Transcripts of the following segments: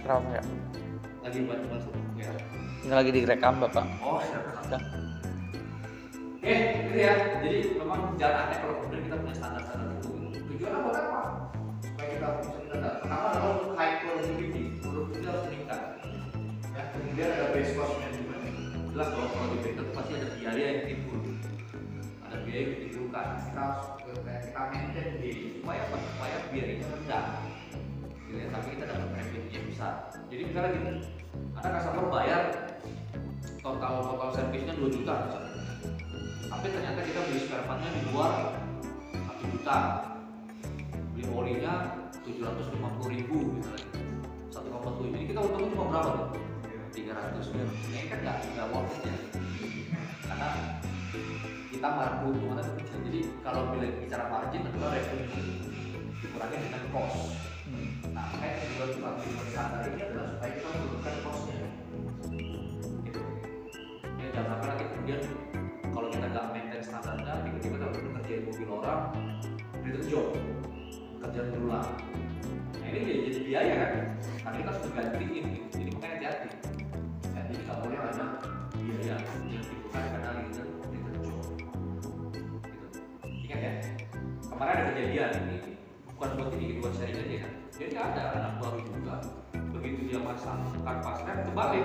Kenapa ya? Lagi masuk ya. Ini lagi direkam Bapak. Oh, siap. Udah. Oke, gitu ya. Jadi memang jangan aneh kalau kemudian kita punya standar-standar itu. Tujuan apa? Supaya kita bisa mendadak. Pertama adalah untuk high productivity. Produktivitas harus meningkat. Ya, kemudian ada base cost management. Jelas bahwa kalau di backup pasti ada biaya yang timbul. Ada biaya yang ditimbulkan. Kita harus kita maintain biaya supaya apa? Supaya biayanya rendah. Gitu ya, tapi kita dapat revenue-nya besar. Jadi misalnya gini, ada customer bayar total servisnya 2 juta misalnya. Tapi ternyata kita beli spare part-nya di luar 1 juta, beli olinya 750.000 misalnya, 1,7. Jadi kita untungnya cuma berapa tuh? 300. Ini kan nggak worth it ya, karena kita keuntungannya kecil. Jadi kalau bicara margin adalah revenue dikurangi dengan cost. Nah, makanya tujuan untuk standar ini adalah supaya kita menurunkan cost-nya. Gitu. Ya, jangan sampai lagi kemudian kalau kita nggak maintain standarnya, tiba-tiba kita udah ngerjain mobil orang, return job, kerjaan berulang. Nah ini jadi biaya kan? Karena kita harus gantiin, jadi makanya hati-hati. Jadi nggak boleh ada biaya yang dibutuhkan karena return job. Gitu. Ingat ya, kemarin ada kejadian ini, bukan buat ini, buat sharing aja kan. Jadi ada anak baru juga, begitu dia pasang kanvas rem kebalik,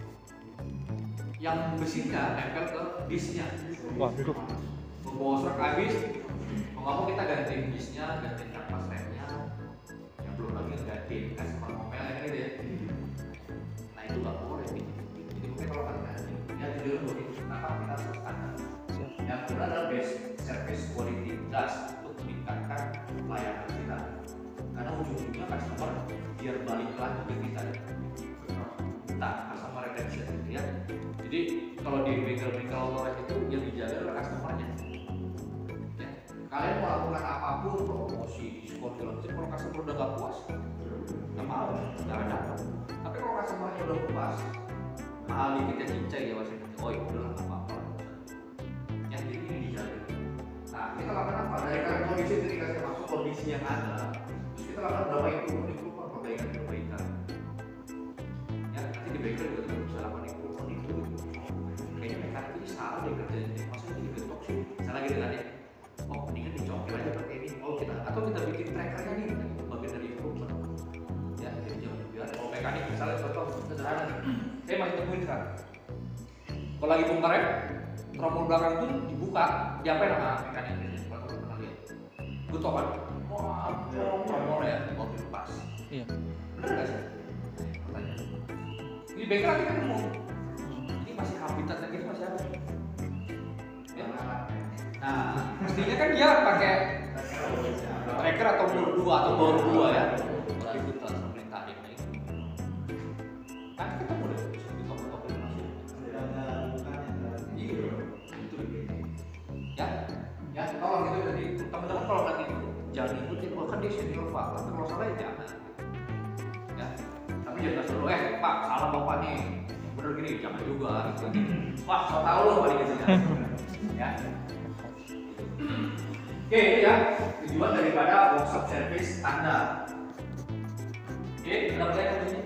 yang besinya nempel ke disnya. Waduh. Membawa serak habis, mau nggak mau kita gantiin disnya, gantiin kanvas remnya, yang belum lagi gantiin customer ngomel gitu ya. Nah itu nggak boleh nih. Jadi mungkin kalau kan ya jujur begini, kenapa kita harus standar? Yang kedua adalah base service quality trust untuk meningkatkan pelayanan kita. Karena ujung-ujungnya customer biar balik lagi ke kita. Nah, customer retention gitu ya. Jadi kalau di bengkel-bengkel otomatis itu yang dijaga adalah customer-nya. Ya. Kalian mau lakukan apapun, promosi, diskon, kalau customer udah nggak puas, nggak mau, nggak ada. Tapi kalau customer-nya udah puas, mahal dikit ya cincai ya maksudnya. Oh ya udahlah nggak apa-apa. Yang ini dijaga. Nah kita lakukan apa? Dari kondisi ketika saya masuk kondisi yang ada, terus kita lakukan berapa improvement, perbaikan. Ya nanti di bengkel juga kita bisa lakukan improvement itu. Kayaknya mekanik ini salah deh kerjanya, maksudnya digetok sih. Misalnya gitu kan ya, oh mendingan dicokil aja pakai ini. Oh kita atau kita bikin trackernya nih, bagian dari improvement. Ya jadi jangan biar kalau mekanik misalnya contoh sederhana nih, saya masih temuin kan, kalau lagi bongkar rem, tromol belakang itu dibuka, diapain sama mekanik ini? Kalau pernah lihat, butuh kan? Wah, tromol ya, mau dilepas. Iya. Bener nggak sih? Pertanyaan. Ini bengkel nanti kan mau, ini masih habitatnya gitu masih ada. Ya. Nah, mestinya kan dia pakai tracker atau bor 2 atau bor 2 ya. Berarti kita pemerintah ini. Nanti kita boleh di toko-toko masuk. Iya, itu ya. Ya, tolong gitu jadi teman-teman kalau lagi jangan ikutin, oh kan dia senior pak, tapi kalau salah ya jangan. Ya, tapi jangan suruh pak salah bapak nih, bener gini jangan juga. Wah, so tau lo paling gitu ya. Oke, itu ya tujuan daripada workshop service Anda. Oke, ada pertanyaan di sini?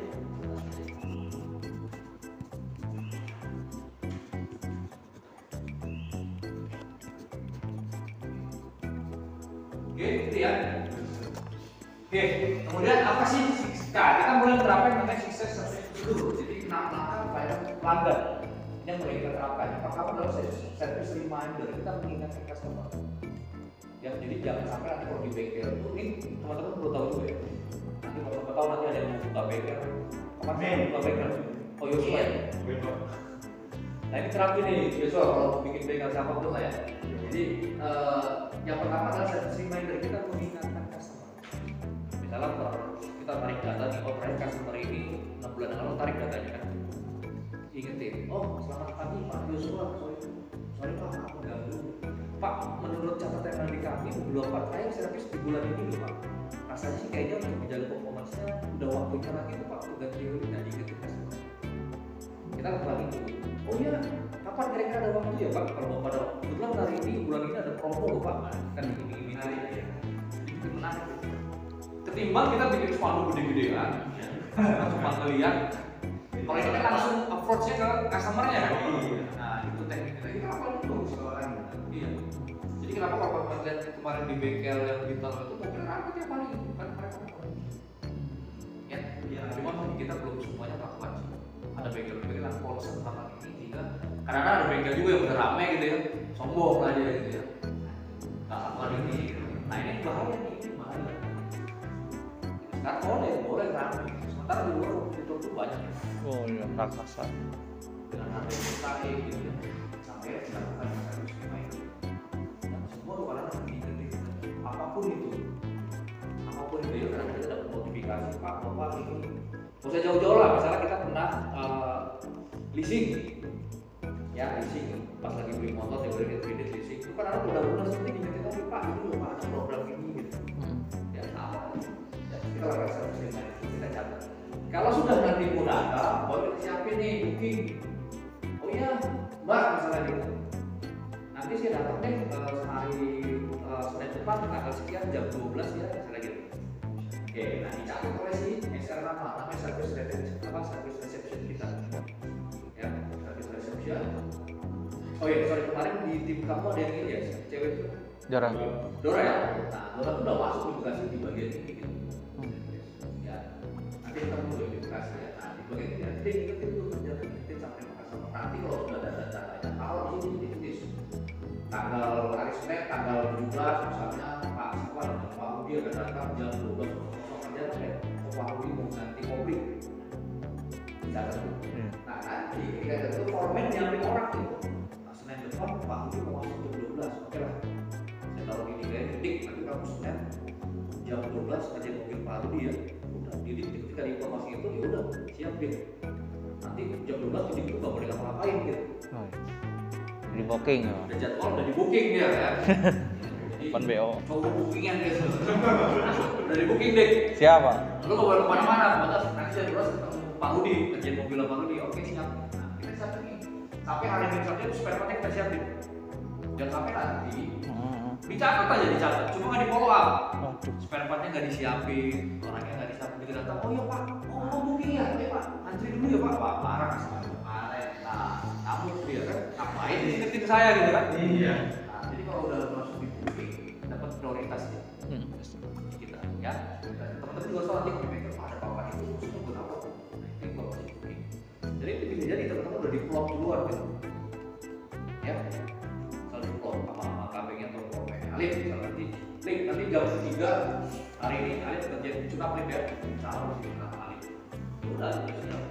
Oke, itu ya. Oke, kemudian apa sih? Nah, kita mulai menerapkan namanya success service dulu. Jadi 6 langkah supaya pelanggan yang mulai kita terapkan. Yang pertama adalah service reminder. Kita mengingatkan customer. Ya, jadi jangan sampai nanti kalau di bengkel itu, ini teman-teman perlu tahu juga ya. Nanti kalau teman tahu nanti ada yang mau buka bengkel, kapan sih buka bengkel? Oh Yosua ya. Nah ini terapin nih Yosua kalau bikin bengkel siapapun lah ya. Jadi yang pertama adalah service reminder, kita mengingatkan customer. Misalnya kita tarik data nih, oh terakhir customer ini 6 bulan yang lalu tarik datanya kan. Ingetin, oh selamat pagi Pak Yosua, sorry Pak, aku ganggu. Pak, menurut catatan dari kami, belum Pak terakhir servis di bulan ini loh Pak. Rasanya sih kayaknya untuk menjaga performance-nya udah waktunya lagi tuh Pak, udah teori dan diingetin customer. Kita kembali dulu. Oh iya, kapan kira-kira ada waktu ya Pak? Kalau mau pada kebetulan hari ini bulan ini ada promo loh Pak, kan ini menarik ya. Jadi bikin menarik. Ketimbang kita bikin spanduk gede-gedean, cuma ngeliat. Kalau ini kan langsung approach-nya ke customer-nya kan. Nah itu tekniknya kita apa dulu sekarang. Iya. Jadi kenapa kalau kalian kemarin di bengkel yang Bintaro itu mobil apa tiap hari kan mereka ya, cuma kita belum semuanya melakukan. Ada bengkel-bengkel yang polos tentang ini sehingga karena ada bengkel juga yang udah rame gitu ya, sombong aja gitu ya. Nggak lakukan ini. Nah ini bahaya nih, ini bahaya. Sekarang boleh rame. Sementara di luar itu tuh banyak. Oh iya, raksasa. Dengan harga yang mustahil gitu ya. Sampai dilakukan servis main. Dan semua orang-orang gede apapun itu ya, karena kita dapat notifikasi Pak Bapak ini. Nggak usah jauh-jauh lah, misalnya kita pernah leasing, ya leasing pas lagi beli motor ya beli kredit leasing itu kan ada udah seperti diingetin lagi Pak itu loh Pak ada program ini gitu. Ya sama, ya, kita lakukan servis main itu kita catat. Kalau sudah nanti mau datang, baru kita siapin nih booking. Oh iya, Mbak misalnya gitu. Nanti saya datang deh sehari Senin depan tanggal sekian jam 12 ya, misalnya gitu. Oke, nah dicatat oleh si SR namanya service reception kita. Ya, service reception. Oh iya, sorry kemarin di tim kamu ada yang ini ya, cewek itu? Jarang. Dora ya. Nah, Dora tuh udah masuk dikasih di bagian ini gitu. Ya, nanti kita mulai edukasi ya. Nah, di bagian ini nanti ingetin tuh ingetin sampai Makassar. Nanti kalau sudah ada data-datanya, kalau ini ditulis tanggal hari Senin tanggal 17 misalnya Pak siapa dengan Pak Budi akan datang jam 12 kerja sampai Pak Budi mau ganti kopi misalnya. Nah nanti ketika itu format nyiapin orang gitu. Nah, Senin depan Pak Budi mau masuk jam 12, oke lah saya taruh ini kayak titik nanti kamu Senin jam 12 kerja mobil Pak Budi ya udah jadi ketika di informasi itu ya udah siap gitu nanti jam 12 jadi itu nggak boleh ngapa-ngapain gitu. Di booking ya. Udah jadwal udah di booking dia ya. Depan BO. Coba bookingan gitu. Udah di booking deh. Siapa? Lu nggak boleh kemana-mana. Batas nanti saya terus ketemu Pak Budi, kerjaan mobil Pak Budi. Oke siap. Nah kita siapin nih. Sampai hari ini saja spare partnya kita siapin. Jangan sampai nanti dicatat aja dicatat. Cuma nggak di follow up. Spare partnya nggak disiapin, orangnya nggak disiapin. Kita datang. Oh iya Pak, mau booking ya? Oke Pak, antri dulu ya Pak. Wah marah sih. Nah, kamu dia kan ngapain ingetin saya gitu kan? Iya. Nah, jadi kalau udah masuk di booking dapat prioritas ya. Kita ya. Teman-teman juga soal nanti kalau mikir ada apa itu maksudnya buat apa? Ini kalau masuk booking. Jadi itu bisa jadi teman-teman udah di plot duluan gitu. Ya. Kalau di plot sama KPG atau Polres Alif misalnya nanti jam 3 hari ini Alif kerja cuma Alif ya. Taruh di sana Alif. Udah siap.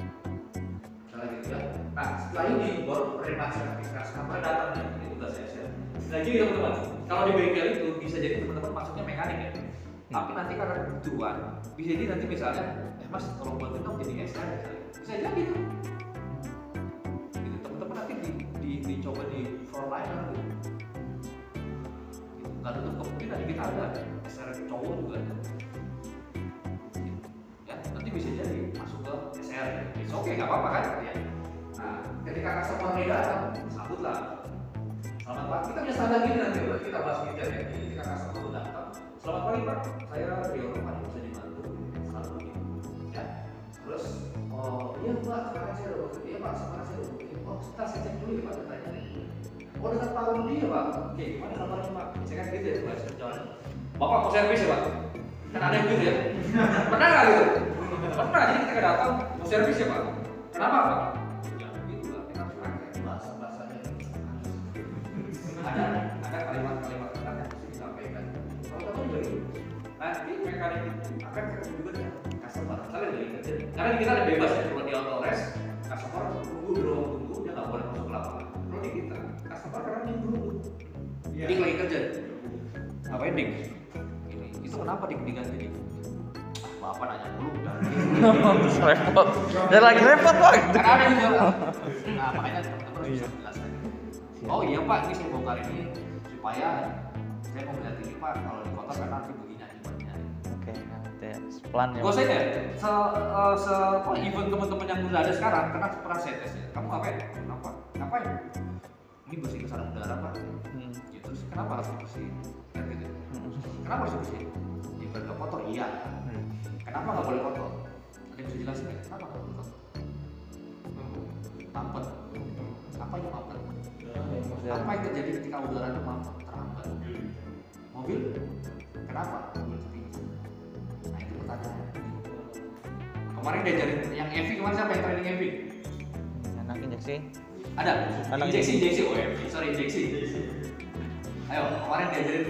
Nah setelah ini baru repaksi customer datang ya ini tugas saya. Nah jadi teman-teman kalau di bengkel itu bisa jadi teman-teman masuknya mekanik ya. Tapi nanti karena kebutuhan bisa jadi nanti misalnya Mas tolong bantu dong jadi SR bisa jadi tuh. Gitu teman-teman nanti dicoba di frontliner gitu. Nggak tutup kemungkinan kita ada SR cowok juga ada. Ya nanti bisa jadi masuk ke SR. Oke nggak apa-apa kan ya. Nah, ketika customer ini datang, sambutlah. Selamat pagi, kita punya standar gini nanti, kita bahas gitu ya. Ketika customer datang, selamat pagi Pak, saya Rio Roman, bisa dibantu. Selalu begini, ya. Terus, oh iya Pak, sekarang saya udah booking. Iya Pak, sekarang saya udah booking. Oh, sebentar saya cek dulu ya Pak datanya. Oh, dengan Pak Budi ya Pak. Oke, gimana kabarnya Pak? Saya kan gitu ya, Pak, jalan. Bapak mau servis ya Pak? Kan ada yang gitu ya. Pernah nggak gitu? Pernah, jadi ketika datang mau servis ya Pak. Kenapa Pak? Ada kalimat-kalimat yang harus disampaikan. Kalau kamu juga gitu, nanti mekanik akan ketemu juga dengan customer. Kalian lagi kerja. Karena kita ada bebas ya, kalau di Autores, customer tunggu di ruang tunggu, dia nggak boleh masuk ke lapangan. Kalau di kita, customer karena dia tunggu. Jadi lagi kerja. Apa ending? Ini itu kenapa diganti nih? Bapak nanya dulu. Terus repot. Dan lagi repot Pak. Karena ada juga. Nah makanya teman-teman harus jelaskan. Oh iya Pak, ini saya bongkar ini supaya saya mau melihat ini Pak, kalau di kota kan nanti begini akibatnya. Oke, nanti ya. Pelan ya. Gue saya deh, event teman-teman yang udah ada sekarang, karena pernah saya tes ya. Kamu ngapain? Kenapa? Ngapain? Ini bersihin saluran udara Pak. Gitu sih, kenapa harus bersihin? Kan gitu. Kenapa harus bersihin? Event ke kotor iya. Kenapa nggak boleh kotor? Nanti Dia bisa jelasin nggak? Kenapa kalau betul? Mampet. Apa itu mampet? Apa yang terjadi ketika udara itu mampet, terhambat? Mobil? Kenapa? Mobil ketinggian. Nah itu pertanyaannya. Kemarin diajarin yang EV, kemarin siapa yang training EV? Anak injeksi. Ada? Anak Injeksi. Oh EV, sorry injeksi. Ayo, kemarin diajarin.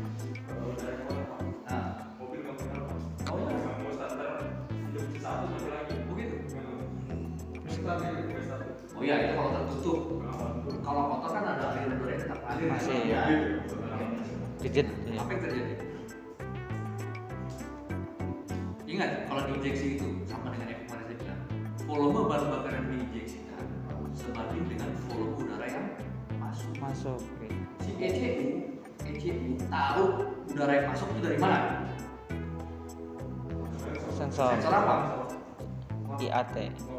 Nah. Mobil nggak pernah pas. Oh iya? Mau standar udah bisa satu masih lagi. Begitu? Satu. Oh iya, itu kalau tertutup. Kalau kotor kan ada air udara tetap ngalir. Masih. Ya. Dikit. Apa yang terjadi? Ingat, kalau diinjeksi itu sama dengan yang kemarin saya bilang, volume bahan bakar yang diinjeksikan sebanding dengan volume udara yang masuk. Masuk. Oke. Si ECU tahu udara yang masuk itu dari mana? Sensor. Sensor apa? IAT.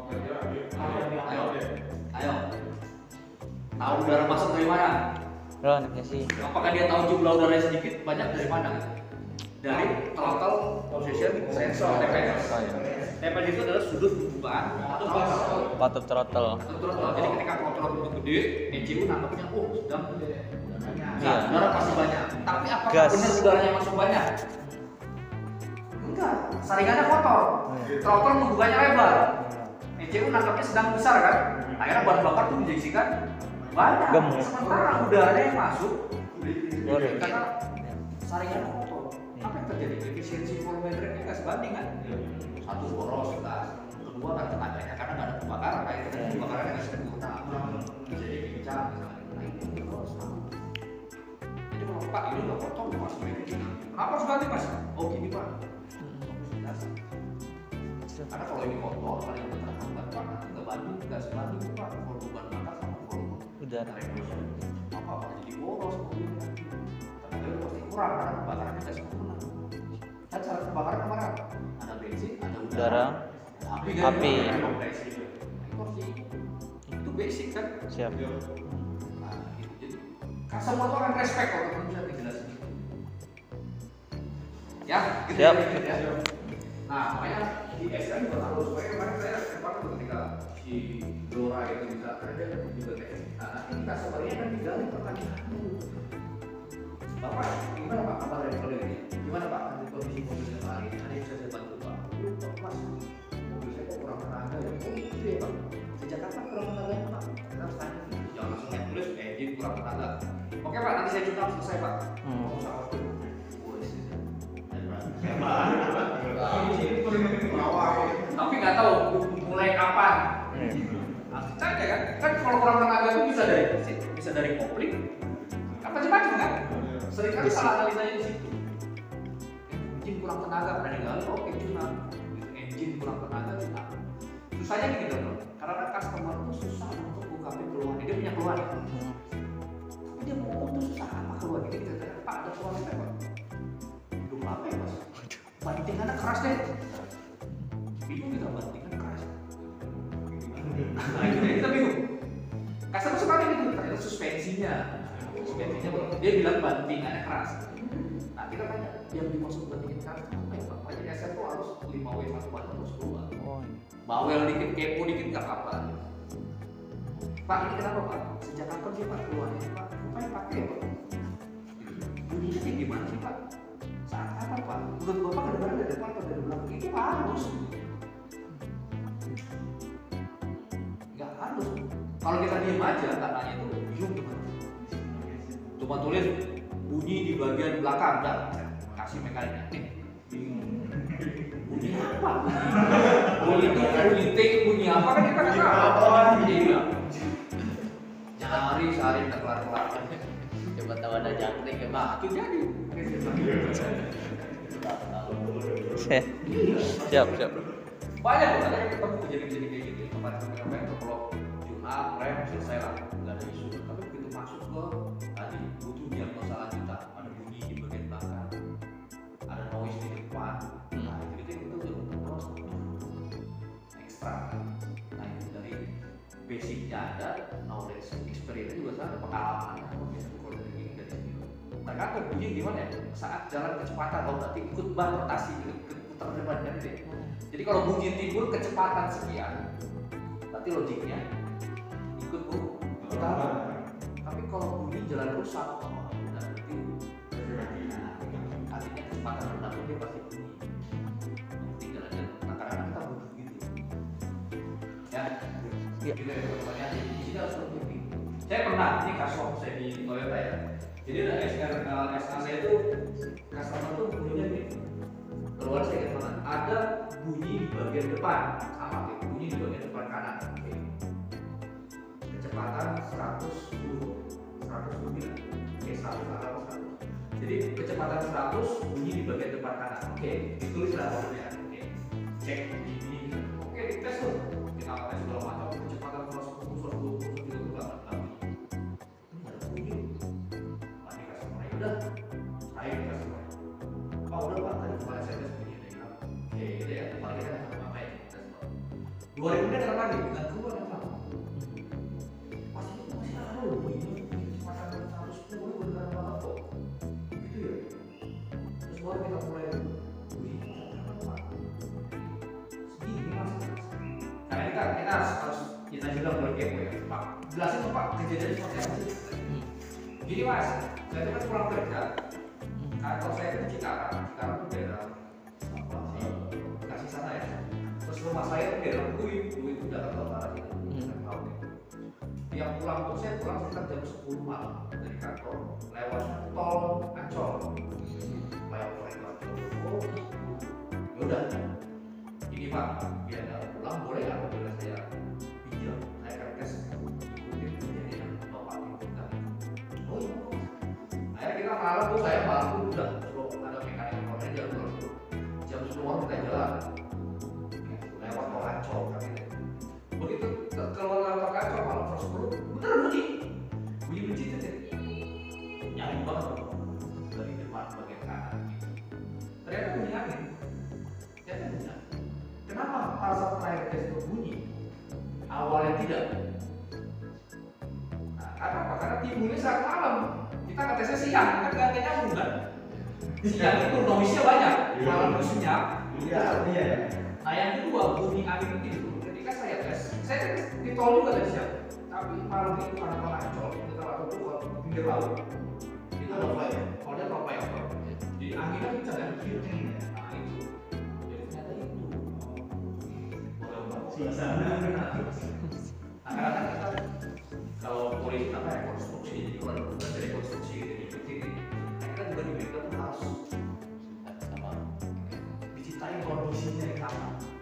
Ayo. Tahu udara masuk dari mana? Ron, ya sih. Apakah dia tahu jumlah udara yang sedikit banyak dari mana? Dari throttle position sensor TPS. Oh, iya. TPS itu adalah sudut pembukaan atau Patut throttle. throttle. Jadi ketika throttle itu gede, ECU nangkepnya sedang Iya. udara pasti banyak. Tapi apakah Gas. benar udaranya masuk banyak? Enggak, saringannya kotor. Throttle membukanya lebar. ECU nangkepnya sedang besar kan? Akhirnya bahan bakar tuh diinjeksikan banyak. Gemuk. Sementara udara yang masuk Goreng. karena saringannya kotor. Apa yang terjadi? Efisiensi volumeternya nggak sebanding kan? Satu boros, kedua kan tenaganya karena nggak ada pembakaran, akhirnya pembakarannya nggak sempurna. Jadi bincang misalnya. Nah ini boros. Jadi kalau Pak ini udah kotor, Mas kenapa harus ganti Mas? Oh gini Pak. Karena kalau ini kotor, paling terhambat Pak, nggak banding, nggak sebanding Pak, volume bahan bakar sama volume Udara. apa jadi boros mobilnya. Tenaga pasti kurang karena pembakarannya nggak sempurna. Kan cara pembakaran kemarin apa? Ada bensin, ada udara, Api. kan? Kompresi. Itu harus itu basic kan? Siap. Nah, gitu. Jadi kan semua tuh orang respect kalau teman bisa dijelasin. Ya, gitu Siap. ya. Nah, makanya di SN juga harus supaya kemarin saya sempat ketika si Dora itu bisa kerja juga teknik. Nah, nanti kita sebenarnya kan digali pertanyaan dulu. Bapak, gimana Pak kabar dari kalau ini? Gimana Pak kondisi mobilnya Pak ini? Ada yang bisa saya bantu Pak? Lu Pak Mas, mobil saya kok kurang tenaga ya? Oh gitu ya Pak. Sejak kapan kurang tenaganya Pak? Kita harus tanya. Jangan langsung naik tulis engine kurang tenaga. Oke Pak, nanti saya cuci selesai Pak. Oh, sama dulu. Tapi nggak tahu mulai kapan. Tanya kan? Kan kalau kurang tenaga itu bisa dari kopling, kan macam-macam kan? Seringkali salah analisanya di situ. Engine kurang tenaga, pernah digali, oke cuna. Engine kurang tenaga, cuna. Susahnya gitu loh, karena customer itu susah untuk ungkapin keluhan. Dia punya keluhan, tapi dia mau tuh susah apa keluhan. Jadi kita tanya, Pak ada keluhan apa Pak? Hidup apa ya Mas? Bantingannya keras deh. Bingung kita bantingan keras. Nah itu deh, kita bingung. Customer suka gitu, ternyata suspensinya dia bilang bantingannya keras. Nah kita tanya, yang dimaksud bantingan keras itu apa ya Pak? Pajak SN itu harus 5W satu ban harus keluar. Bawel dikit, kepo dikit nggak apa-apa. Pak ini kenapa Pak? Sejak kapan sih Pak keluarnya Pak? Apa yang pakai Pak? Bunyinya kayak gimana sih Pak? Saat kapan Pak? Menurut Bapak kedengaran dari depan atau dari belakang? Itu harus. Nggak harus. Kalau kita diem aja, nggak nanya itu bingung gimana? Cuma tulis bunyi di bagian belakang, dah kasih mekaniknya. Bunyi apa? Bunyi itu, bunyi T, bunyi apa kan kita nggak tahu. Iya. Nyari sehari nggak kelar-kelar. Coba tahu ada jangkrik ya Pak. Itu jadi. Siap. Banyak loh, ada yang ketemu kejadian-kejadian kayak gitu. Kemarin kalau Jumat, rem selesai lah, nggak ada isu. Tapi begitu masuk ke tadi butuh diagnosa lanjutan, ada bunyi di bagian belakang, ada noise di depan. Nah itu terus ekstra. Nah itu dari basicnya ada, knowledge, experience juga ada, pengalaman. Biasanya kalau dari ini dari sini. Tergantung bunyi gimana ya? Saat jalan kecepatan, kalau nanti ikut ban rotasi, ikut putar depan kan deh. Jadi kalau bunyi timbul kecepatan sekian, berarti logiknya ikut putaran. Tapi kalau bunyi jalan rusak, berarti artinya kecepatan rendah dia pasti bunyi. Tinggal aja, kadang-kadang kita butuh gitu. Ya, gitu ya teman-teman. Jadi di sini harus lebih. Saya pernah ini kasus saya di Toyota ya. Jadi ada SAC itu customer tuh bunyinya gini. Keluar saya ingat banget, ada bunyi di bagian depan sama kayak bunyi di bagian depan kanan. Oke. Kecepatan 110 bila. Oke, 100. Jadi kecepatan 100 bunyi di bagian depan kanan. Oke, ditulis lah pokoknya. Oke. Cek bunyi ini. Oke, dites tuh. Kita tes segala macam kecepatan 110, 120, 130. Ini ada bunyi. Ini customer udah. Saya di customer. Oh udah pak, tadi kemarin saya tes bunyi ini. Oke, gitu ya. Paling kita akan apa ya? 2000 menit lagi dengan keluar yang sama. Masih ada loh bunyi kecepatan 110 benar banget kok. Gitu ya. Terus baru kita mulai bunyi apa? Segini masih. Karena kita harus kita juga boleh kepo ya, Pak. Jelasin tuh Pak kejadian seperti apa sih? Gini Mas, saya tuh kan pulang kerja. Kantor saya itu di Cikarang itu daerah apa sih? Bekasi sana ya. Terus rumah saya itu daerah Pluit itu Jakarta Utara gitu. Tahu ya. Yang pulang tuh saya pulang sekitar jam 10 malam dari kantor lewat tol Ancol. Flyover itu Ancol. Oh, yaudah. Ini Pak, biar nggak pulang boleh nggak mobilnya saya pinjam? Saya akan tes ikutin kejadian bapak kita. Oh iya. Akhirnya kita malam tuh saya malam tuh udah suruh ada mekanik motornya jalan dulu. Jam 10 kita jalan. Lewat tol Ancol kan gitu. Begitu keluar tol Ancol malam 10 bener bunyi bencit aja. Nyaring banget dari depan bagian kanan gitu. Ternyata bunyi angin. Kenapa pas terakhir tes itu bunyi? Awalnya tidak. Nah, karena apa? Karena timbulnya saat malam. Kita ngetesnya siang, kan nggak nyambung kan? Siang itu noise-nya banyak, malam itu senyap. Iya. Nah yang kedua bunyi angin itu ketika saya tes di tol juga tadi siang. Tapi malam itu karena tol Ancol, kita waktu itu kalau pinggir laut, itu ada flyover, kalau dia tol flyover. Jadi anginnya kencang kan? Nah itu. Nah, kadang-kadang kita kalau polisi apa rekonstruksi, jadi kalau ada tugas dari rekonstruksi gitu, kita juga di mereka tuh harus apa? Diceritain kondisinya yang sama.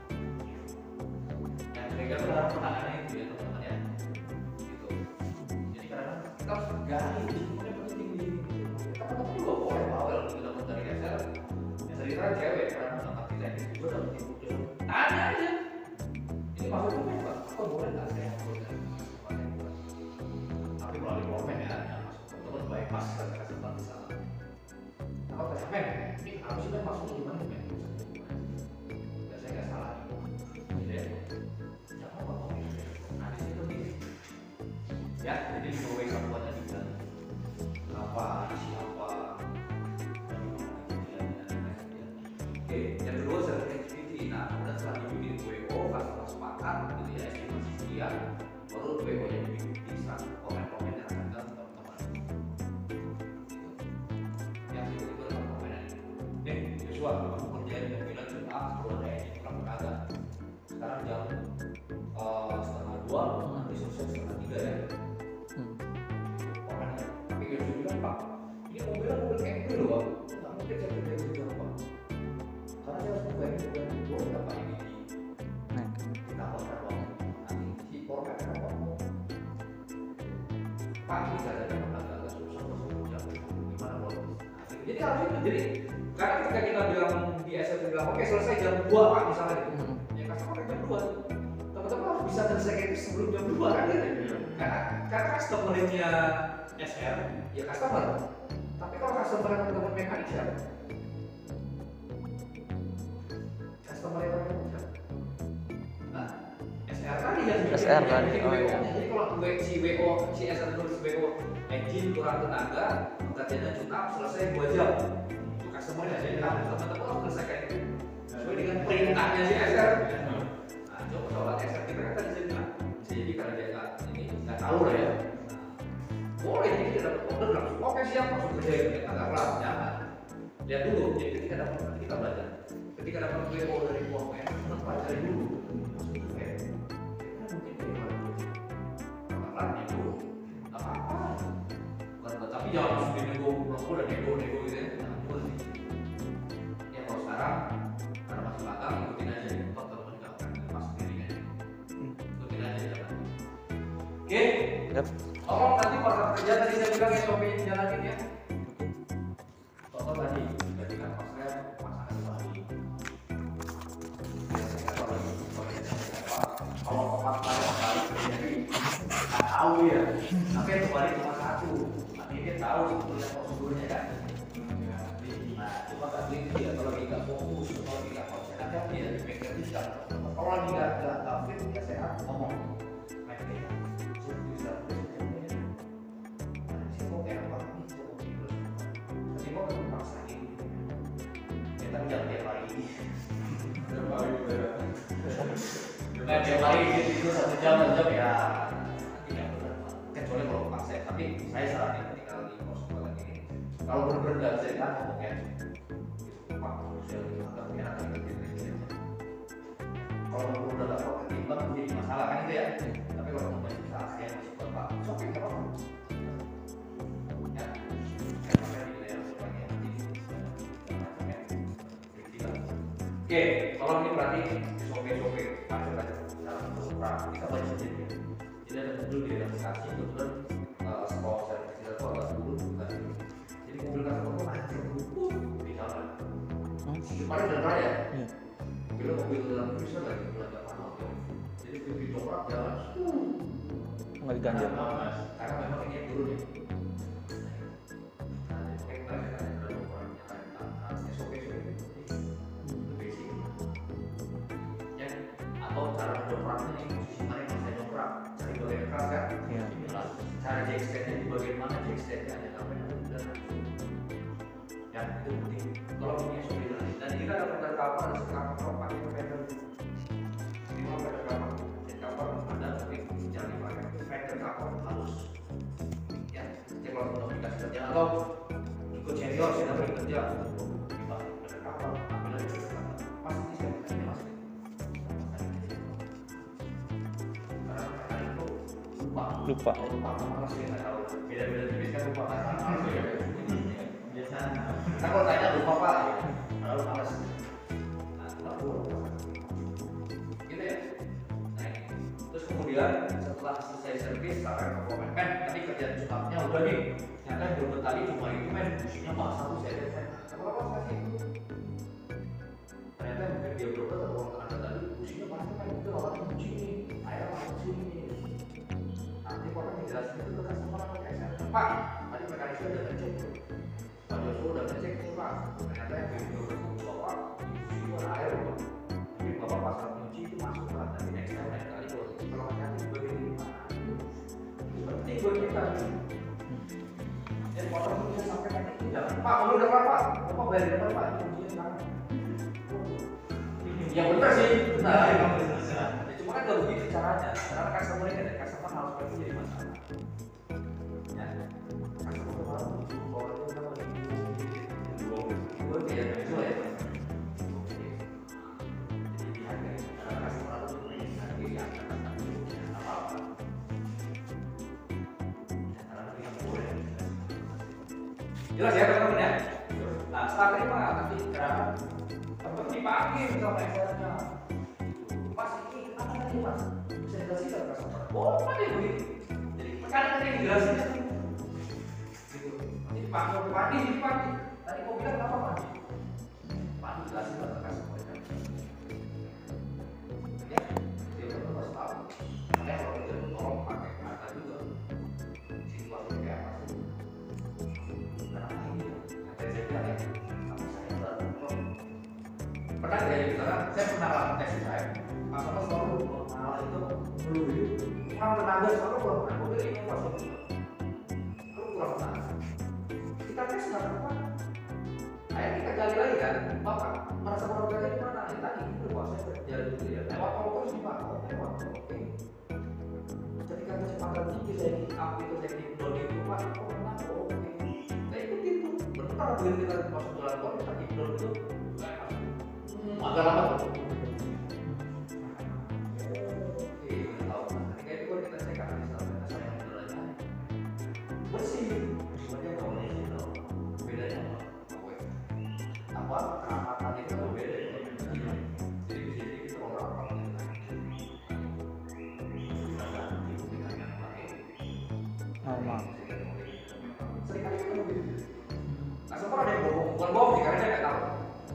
Dan mereka tuh dalam penanganan itu ya teman-teman ya, gitu. Jadi kadang-kadang kita harus gali semuanya penting di teman-teman juga boleh bawel gitu dapat dari SR. Yang saya kira cewek karena sama kita ini juga dapat keputusan. Tanya aja. Ini maksudnya apa? Kok boleh nggak saya ngobrol dengan teman-teman? Tapi melalui komen ya, yang masuk teman-teman bypass kita kasih tahu di sana. Apa kasih men? Ini harusnya masuk gimana men? Ya saya nggak salah nih. Jadi ya, jangan apa kok. Nah di situ nih. Ya, jadi di bawah satu aja juga. Apa? Siapa? Oke, yang kedua sensitivity. Nah, kemudian setelah dibikin WO, customer sepakat, gitu ya, estimasi sekian, baru WO nya dibikin bisa komen-komen yang akan ke teman-teman. Yang itu adalah komenan. Joshua, kamu kerja di mobilan jam A, sebelum ada ini kurang kagak. Sekarang jam 1:30, nanti selesai 2:30 ya. Komennya. Tapi Joshua bilang, Pak, ini mobilnya mobil Camry loh, nggak mungkin saya kerja di jam Pak. Karena saya harus membayar gue berapa ini kita kontrak uang nanti si korban apa mau Pak ini keadaannya agak susah masuk jam gimana kalau jadi harus itu jadi karena ketika kita bilang di SL bilang oke selesai jam 2 Pak misalnya gitu ya customer jam 2 teman-teman harus bisa selesai itu sebelum jam 2 kan gitu karena customer-nya SR ya customer tapi kalau customer yang teman-teman mekanik siapa? Customer yang teman-teman nah SR tadi yang SR tadi, oh iya. Jadi kalau si WO, si SR tulis WO engine kurang tenaga gantian dan tune up selesai 2 jam itu customernya jadi teman-teman harus selesaikan itu sesuai dengan perintahnya si SR. Nah, coba soal SR kita kan tadi cerita. Jadi kalau dia nggak tahu lah ya. Boleh jadi kita dapat order langsung oke siap langsung kerja kita nggak kelas jangan. Lihat dulu. Jadi ketika dapat kita belajar. Ketika dapat PO dari uangnya kita pelajari dulu. Tapi jangan langsung nego, udah nego gitu ya. Jangan juga sih. Ya kalau sekarang karena masih magang ikutin aja ya. Kalau meninggalkan pas sendiri aja. Ikutin aja jalan. Oke. Yap. Tolong nanti pas kerja tadi saya bilang SOP dijalanin ya. Contoh tadi ketika pas saya pasangan lagi. Kalau tempat saya kali jadi nggak tahu ya. Tapi yang kembali cuma satu. Dia tahu sebetulnya prosedurnya kan. Nah, cuma kan dia kalau lagi nggak fokus, kalau lagi nggak konsentrasi, dia dari background bisa. Kalau lagi nggak fit, nggak sehat, ngomong. Mereka bisa sih mau kayak apa nih? Tapi mau kan paksain. Ya tapi jangan tiap hari. Tiap hari itu 1 jam ya. Tidak benar. Kecuali kalau paksa. Tapi saya saranin ketika lagi proses lagi ini. Kalau benar-benar nggak bisa ditahan ngomongnya. Pak, saya nggak punya anak yang kalau udah nggak kuat ketimbang jadi masalah kan itu ya. Tapi kalau mau masih bisa saya masih kuat Pak. Oke, nggak apa-apa. Ya, saya di daerah sebagai Oke, kalau ini berarti SOP kita baca sendiri. Jadi ada dulu di realisasi kebetulan sekolah saya kita tuh agak dulu bukan. Jadi mobil kan itu macet di jalan. Kemarin udah raya. Mobil dalam bisa lagi belajar manual. Jadi di dobrak jalan. Nggak diganjel. Karena memang ini dulu nih. Nah, kayak kemarin ada orang yang SOP basic. Ya, atau cara mendobraknya nih posisi mana yang saya dobrak. Cari bagian keras kan? Iya. Cara jackstand-nya di bagian mana jackstand-nya ada sampai dan ya itu penting. Kalau punya SOP dan kita dapat dari kapal ada sekarang kalau pakai pedal ini mau pedal kapal jadi kapal ada tapi jangan dipakai pedal kapal halus ya jadi kalau untuk dikasih kerja atau ikut senior saya dapat kerja dipakai pedal kapal ambil dari pedal kapal pasti saya bukannya masih karena itu lupa malah sih nggak tahu beda-beda tipis kan lupa kan biasanya kan kalau tanya lupa Pak ya lalu malas gitu ya nah ini terus kemudian setelah selesai servis sekarang ke komen kan tadi kerjaan sulapnya udah nih ternyata beberapa kali cuma itu men businya bahasa tuh saya lihat kenapa kasih itu ternyata mungkin dia berobat atau orang tenaga tadi businya bahasa kan itu orang kunci nih akhirnya masuk sini nanti orang dijelasin itu ke customer atau kayak Pak tadi mekanisme udah ngecek Pak Joshua udah ngecek tuh Pak ternyata yang video bapak itu warna air Pak jadi bapak pasang kunci itu masuk Pak nanti next time lain kali kalau hati-hati sebagai ini seperti buat kita jadi motor itu bisa sampai kayak itu jangan Pak kalau udah Pak bapak bayar depan Pak itu kuncinya sekarang ya bener sih benar cuma kan gak begitu caranya karena customer ini ada customer harus pergi jadi masalah ya customer harus bawa itu sama gue kayak gitu ya jadi dihargai karena customer harus dihargai ya karena apa-apa karena kita boleh jelas ya teman-teman ya nah setelah terima nanti kenapa teman dipakai sama excelnya Mas ini kenapa tadi Mas bisa dijelasin ke customer oh apa deh begitu jadi mekanik yang dijelasin gitu nanti dipakai tadi mau bilang kenapa Mas Pak jelasin ke customer ya dia betul harus tahu makanya kalau kita tolong pakai kata juga situasi kayak apa sih karena ini saya bilang ya kamu saya pernah nggak ya misalnya saya pernah lakukan tes saya masalah selalu hal itu dulu kurang tenaga selalu kurang tenaga mobil ini masuk lalu kurang tenaga kita tes nggak apa Akhirnya kita gali lagi kan, Bapak merasa berobatnya di mana? Ya tadi itu Pak, saya kerja dulu ya. Lewat tol terus nih Pak, oh lewat tol, oke. Ketika kecepatan tinggi saya di up itu saya di down itu Pak, oh kenapa? Oh oke. Saya ikutin tuh, benar begitu kita masuk jalan tol kita di down itu, saya masuk. Agak lama tuh. Oke, udah tahu. Ketika itu kan kita cek kan di sana saya jalannya bersih, semuanya nggak boleh itu. Bedanya apa? Keramatan itu berbeda ya. Jadi di sini kita orang-orang normal. Seringkali kita begitu. Nah, semua ada yang bohong, bukan bohong sih karena dia nggak tahu.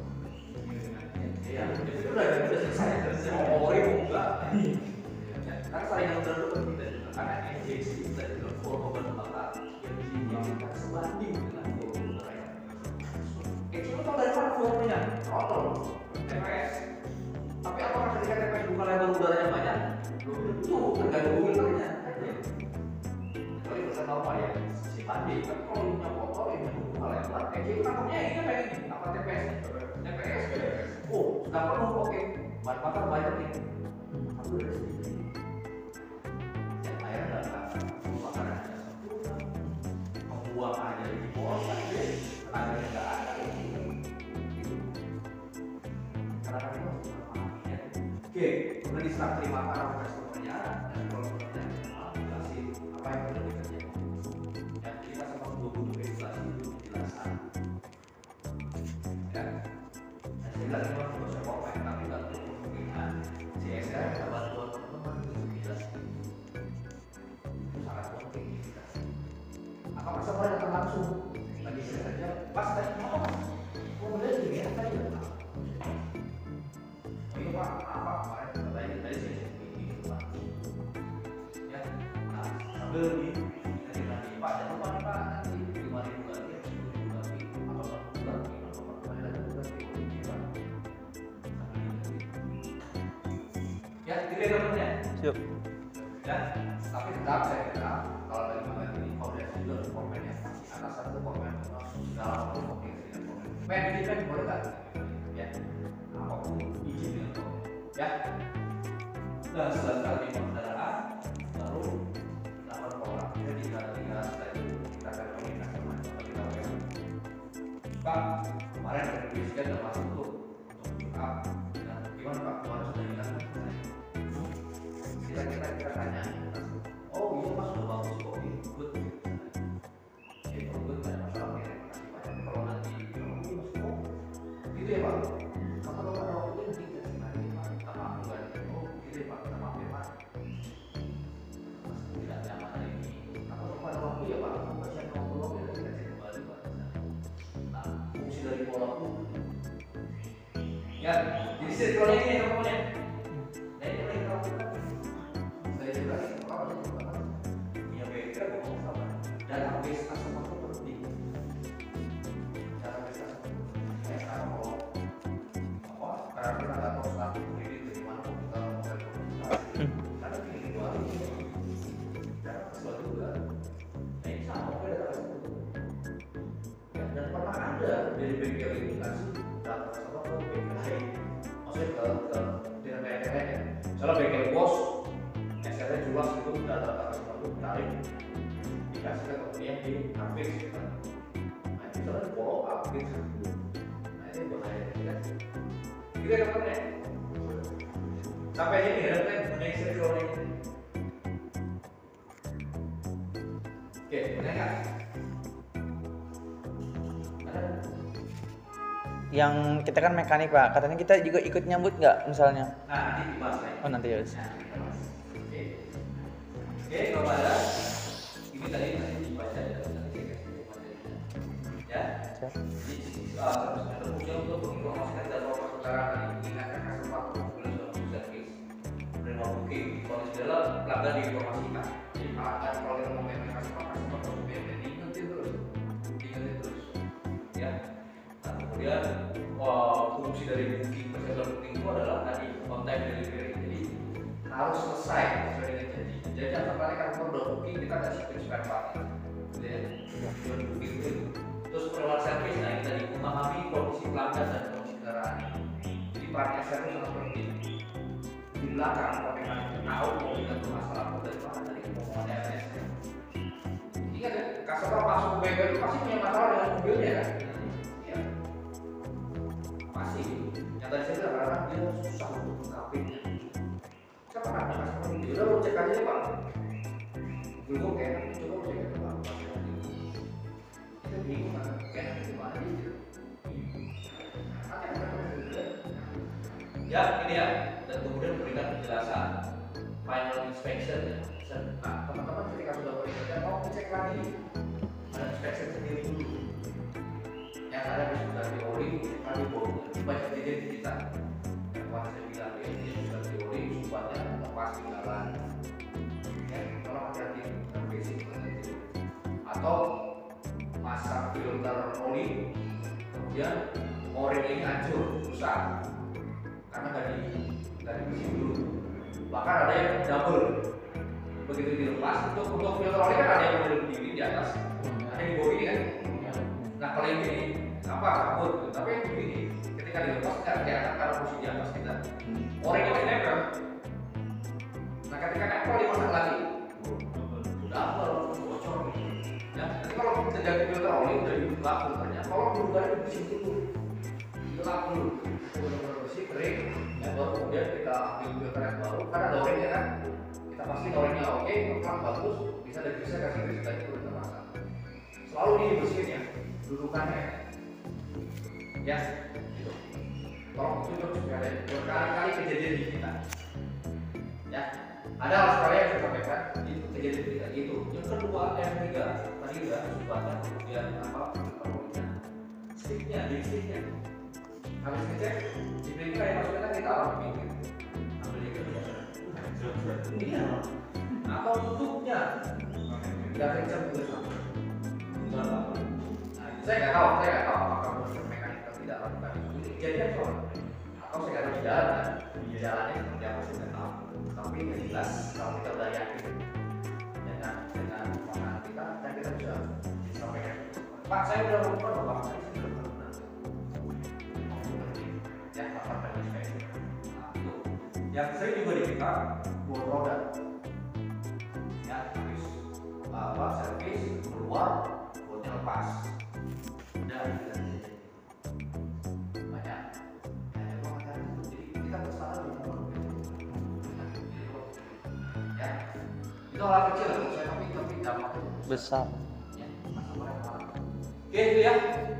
Iya, itu udah selesai. Saya mau ngomongin enggak? Karena saringan udara itu penting dan karena injeksi kita itu volume udara yang diinjeksikan sebanding dengan volume udara yang itu tahu dari mana volumenya? Rotor, TPS. Tapi apakah ketika TPS buka lebar udaranya banyak? Belum tentu, tergantung filternya. Kecuali pesan normal ya, si banding. Tapi kalau punya kotor, ini buka lebar. Itu takutnya ini kayak gini. Apa TPS? TPS. Oh, sudah penuh, oke. Bahan bakar banyak nih. Tapi udah sedikit. Yang airnya nggak pembakaran hanya sempurna. Membuang aja di bawah, tenaganya nggak ada. Karena itu ya. Oke, udah diserah terima para customernya dan kalau customernya jelasin apa yang perlu dikerjain. Ya, kita sama butuh edukasi itu dijelaskan. Ya, saya bilang ini harus bisa komen tapi nggak perlu kemungkinan CSR ada bantuan teman-teman itu dijelaskan. Itu sangat penting kita. Apakah customer datang langsung? Tadi saya saja pas tadi apa mas? Oh benar sih ya tadi ya. Ini Pak, apa kemarin tadi saya ini Pak. Ya, nah sambil nanti Pak jangan lupa nih Pak nanti 5.000 lagi, 10.000 lagi, apa bulan ini apa kembali lagi bulan ini Pak. Ya, gitu ya teman-teman ya. Siap. Ya, tapi tetap saya kira kalau dari komen ini koordinasi juga harus komen yang masih atas satu komen segala macam komen dengan komen. Pengen bikin kan boleh nggak? Ya, apapun izin dengan komen. Ya, dan setelah kali kendaraan baru lakukan pola. Kita tinggal setelah itu kita akan komunikasi sama kita oke. Pak, kemarin ada diskusi dan masuk tuh untuk up. Gimana Pak? Kemarin sudah hilang. Kita tanya, oh iya mas sudah bagus kok, good. Itu good kan masalah ya, kasih banyak. Kalau nanti mas kok, gitu ya Pak. Kapan ada waktu itu nanti kita nanti Pak, kita maaf juga. Oh gitu ya Pak, kita maaf ya Pak. Mas tidak nyaman hari ini. Kapan ada waktu ya Pak, kamu masih ada waktu ya kita cek kembali Pak. Nah, fungsi dari pola itu. Ya, jadi circle ini teman-teman ya. Nah ini yang kita lakukan. Saya juga kalau ada juga punya background ngomong sama database customer itu penting. Database customer karena kalau apa karena kita nggak tahu status kredit dari mana pun kita mau berkomunikasi karena kredit baru dan sesuatu juga nah ini sama oke database itu ya, dan pernah ada dari bengkel ini kasih data customer ke bengkel lain maksudnya ke dengan bengkel lain ya misalnya bengkel bos SR jelas itu data itu tarik dikasih ke kemudian di grafik gitu. Nah itu misalnya follow up gitu. Nah ini bahaya kan. Gitu ya teman-teman ya. Sampai ini ya kan mengenai circle ini. Oke, benar kan? Yang kita kan mekanik Pak, katanya kita juga ikut nyambut nggak misalnya? Nah nanti dibahas lagi. Oh nanti ya. Oke, kalau ada ini tadi dibaca ya, nanti saya kasih ya. Jadi seharusnya terbuka untuk menginformasikan data saudara mengingatkan kasus waktu bulan sudah case menerima booking kalau sudah pelanggan diinformasikan. Jadi pelanggan kalau kita mau main kasus waktu diingetin terus, ya. Nah kemudian fungsi dari booking peserta booking itu adalah tadi on time delivery. Jadi harus selesai sesuai dengan janji. Jadi jangan sampai kalau udah booking kita nggak shipping spare part, gitu ya. Booking itu. Terus perluan service, nah ini tadi memahami tempatnya saya itu sangat penting. Di belakang kalau mekanik tahu mau dengan masalah dan mana tadi ngomongannya ASR. Ingat ya, customer masuk ke bengkel itu pasti punya masalah dengan mobilnya kan? Iya. Pasti. Yang tadi saya bilang karena dia susah untuk mengapinnya. Saya pernah ada customer ini, udah lo cek aja ya, Pak. Belum kayak coba lo cek aja Pak. Kita bingung kan, kayak gimana gitu. Ya, ini ya, dan kemudian memberikan penjelasan final inspection ya. Nah, teman-teman ketika sudah bekerja, mau cek lagi ada inspection sendiri dulu. Yang ada di sekitar di oli, tadi banyak kejadian kita. Yang kemarin saya bilang ya, ini sudah di oli, supaya lepas di jalan. Ya, kalau hati-hati dengan basic itu. Atau masang filter oli, kemudian o-ring ini hancur, rusak. Karena nggak dibersih dulu. Bahkan ada yang double. Begitu dilepas, untuk filter oli kan ada yang model berdiri di atas, ada yang di bawah ini kan. Nah kalau yang ini apa kabut, tapi yang begini ketika dilepas nggak kelihatan karena posisi di atas kita. O-ring masih nempel. Nah ketika nempel dipasang lagi, udah bocor. Nah nanti kalau kita ganti filter oli udah dibuka filternya, kalau berubah dibersih dulu, dilap dulu. Bersih kering, ya baru kemudian kita ambil filter yang baru. Karena ada o-ringnya kan, kita pasti o-ringnya oke, pelan bagus, bisa kasih grease tadi itu kita pasang. Selalu dibersihin ya, dudukannya, ya, gitu. Tolong tunjuk supaya ada berkali-kali kejadian di kita. Ya, ada Australia yang saya sampaikan itu kejadian kita itu. Yang kedua, yang ketiga tadi udah supaya kemudian apa? Sticknya, sticknya. Habis ngecek, di bengkel yang masuknya kan kita taruh di pinggir. Ambil itu iya. Atau tutupnya nggak kencang juga sama. Nah, saya nggak tahu apakah proses mekanik atau tidak lakukan itu. Ini kejadian soalnya. Atau saya nggak tahu di jalannya seperti apa saya nggak tahu. Tapi yang jelas kalau kita udah yakin dengan pemahaman kita, dan kita bisa sampaikan. Pak, saya udah lupa Bapak tadi sudah pernah. Yang sering juga di kita buat roda ya habis servis keluar buatnya lepas udah banyak jadi kita kesalahan ya itu hal kecil menurut saya tapi dampaknya besar. ya oke itu ya.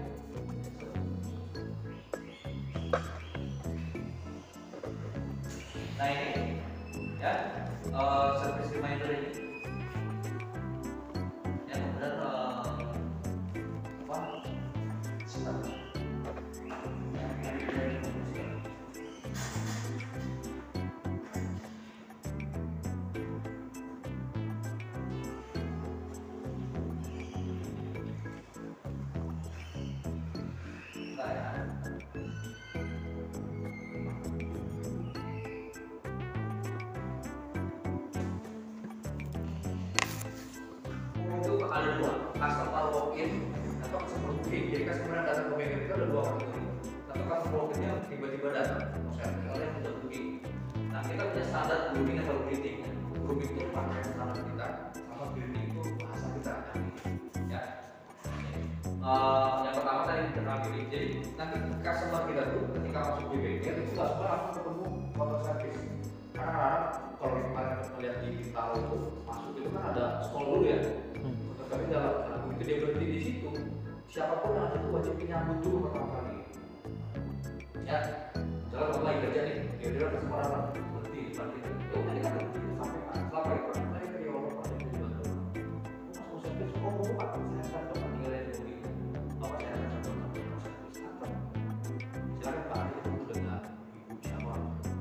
Nah ini ya service reminder ini ya kemudian apa sebentar ada dua, customer walk-in atau customer booking. Jadi customer yang datang ke bengkel itu ada dua kategori. Satu customer walk-in-nya tiba-tiba datang, misalnya yang sudah booking. Nah kita punya standar grooming atau greeting. Grooming itu pakai standar kita, sama greeting itu bahasa kita. Ya. Yang pertama tadi kita pilih. Jadi nanti customer kita tuh ketika masuk di bengkel itu nggak semua langsung ketemu motor service. Karena kalau kemarin melihat di Bintaro itu masuk itu kan ada stall dulu ya. Tapi dalam begitu dia berhenti di situ, siapapun yang ada itu wajib menyambut dulu pertama kali. Ya, misalnya kalau lagi kerja nih, dia kesempatan orang berhenti di depan kita. Ya udah kita berhenti sampaikan, selama itu tadi ke orang pada itu juga. Masuk servis, mau pak, saya akan coba tinggalin dulu gitu. Bapak saya akan coba servis kantor. Silakan pak, itu dengan ibu siapa?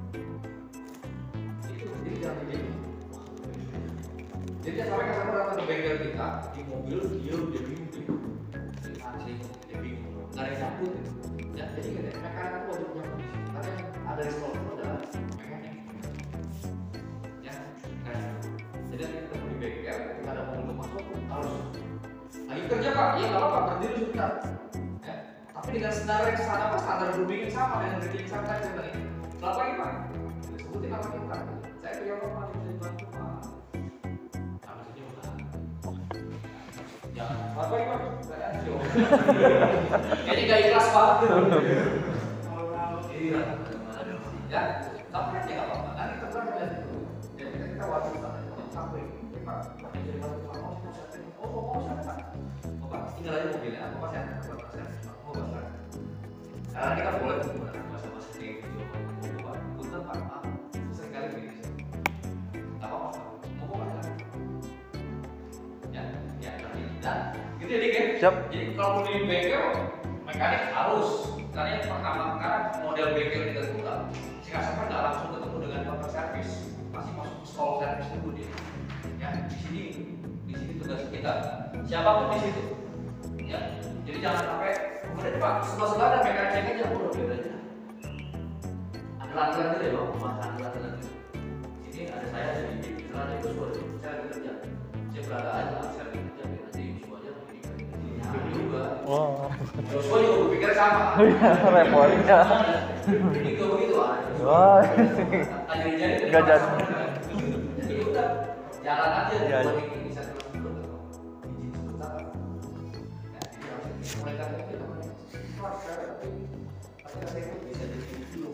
Itu jadi jangan begini. Jadi sampai customer datang ke bengkel kita di mobil dia bingung gitu, asli dia bingung, nggak ada yang sambut gitu. Ya jadi mereka itu wajib punya kondisi, karena ada respon itu adalah mekanik. Ya, kan. Jadi kita di bengkel, kita ada mobil masuk harus lagi kerja pak, iya nggak apa-apa berdiri sebentar. Ya, Tapi dengan standar grooming yang sama dengan rating yang sama tadi sebenarnya. Selamat pagi Pak. Sebutin apa kita? Saya punya apa bisa dibantu Pak? Kami saja Pak. Jangan. Selamat pagi Pak. Saya Anjo. Kayaknya gak ikhlas Pak. Iya. Ya, tapi kan ya nggak apa-apa. Nanti kita berangkat dari itu. Jadi kita wajib sampai. Pak, jadi mau siapa? Oh, mau siapa Pak? Oh Pak, tinggal aja mobilnya. Apa Pak? Mau Pak? Karena kita boleh menggunakan bahasa-bahasa kayak gitu. Pak, punten Pak, maaf. Seringkali begini. Nggak apa-apa. Mau Pak? Ya, nanti. Dan gitu ya Dik ya. Siap. Jadi kalau mau di bengkel, mekanik harus. Karena yang pertama, karena model bengkel kita itu nggak, si customer nggak langsung ketemu dengan counter service, masih masuk stall service dulu dia. Ya, di sini tugas kita. Siapapun di situ. Ya, jadi jangan sampai kemudian Pak sebelah ada mekanik cek aja, udah beda aja. Ada latihan gitu ya Pak, pemasangan latihan gitu. Ini ada saya ada di ada Yosua, saya lagi kerja. Saya berada aja, saya lagi kerja, nanti Yosua aja lagi di juga. Wah. Yosua juga berpikir sama. Repotnya. Ini kalau begitu aja. Wah. Jadi Nggak jadi. Jadi udah jalan aja. Iya. Buat ini bisa terus dulu. Izin sebentar. Ya, jadi harus mereka itu namanya keluarga, tapi saya bisa jadi dulu.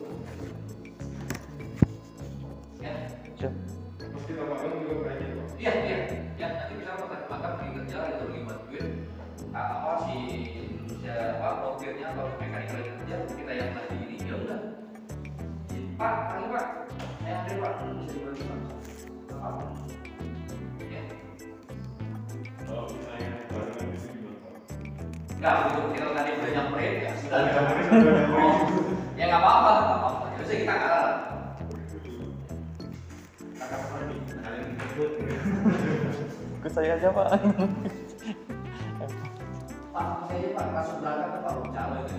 Ya. Siap. Mesti tambahkan juga kayak gitu. Iya. Ya, nanti misalnya pas tadi makan pergi kerja itu lagi bantuin apa si siapa mobilnya atau mekanik lagi kerja kita yang lagi ini ya udah. Pak, pagi Pak, saya Andre Pak, bisa dibantu Pak? Apa? Ya. Kalau misalnya barengan bisa gimana? Enggak, begitu kita tadi udah nyamperin ya sudah. Oh. Ya nggak apa-apa. Jadi kita kalah. Kakak apa nih? Kalian ikut. Ikut saya aja Pak. Pak, saya Pak langsung berangkat ke Pak Calo itu.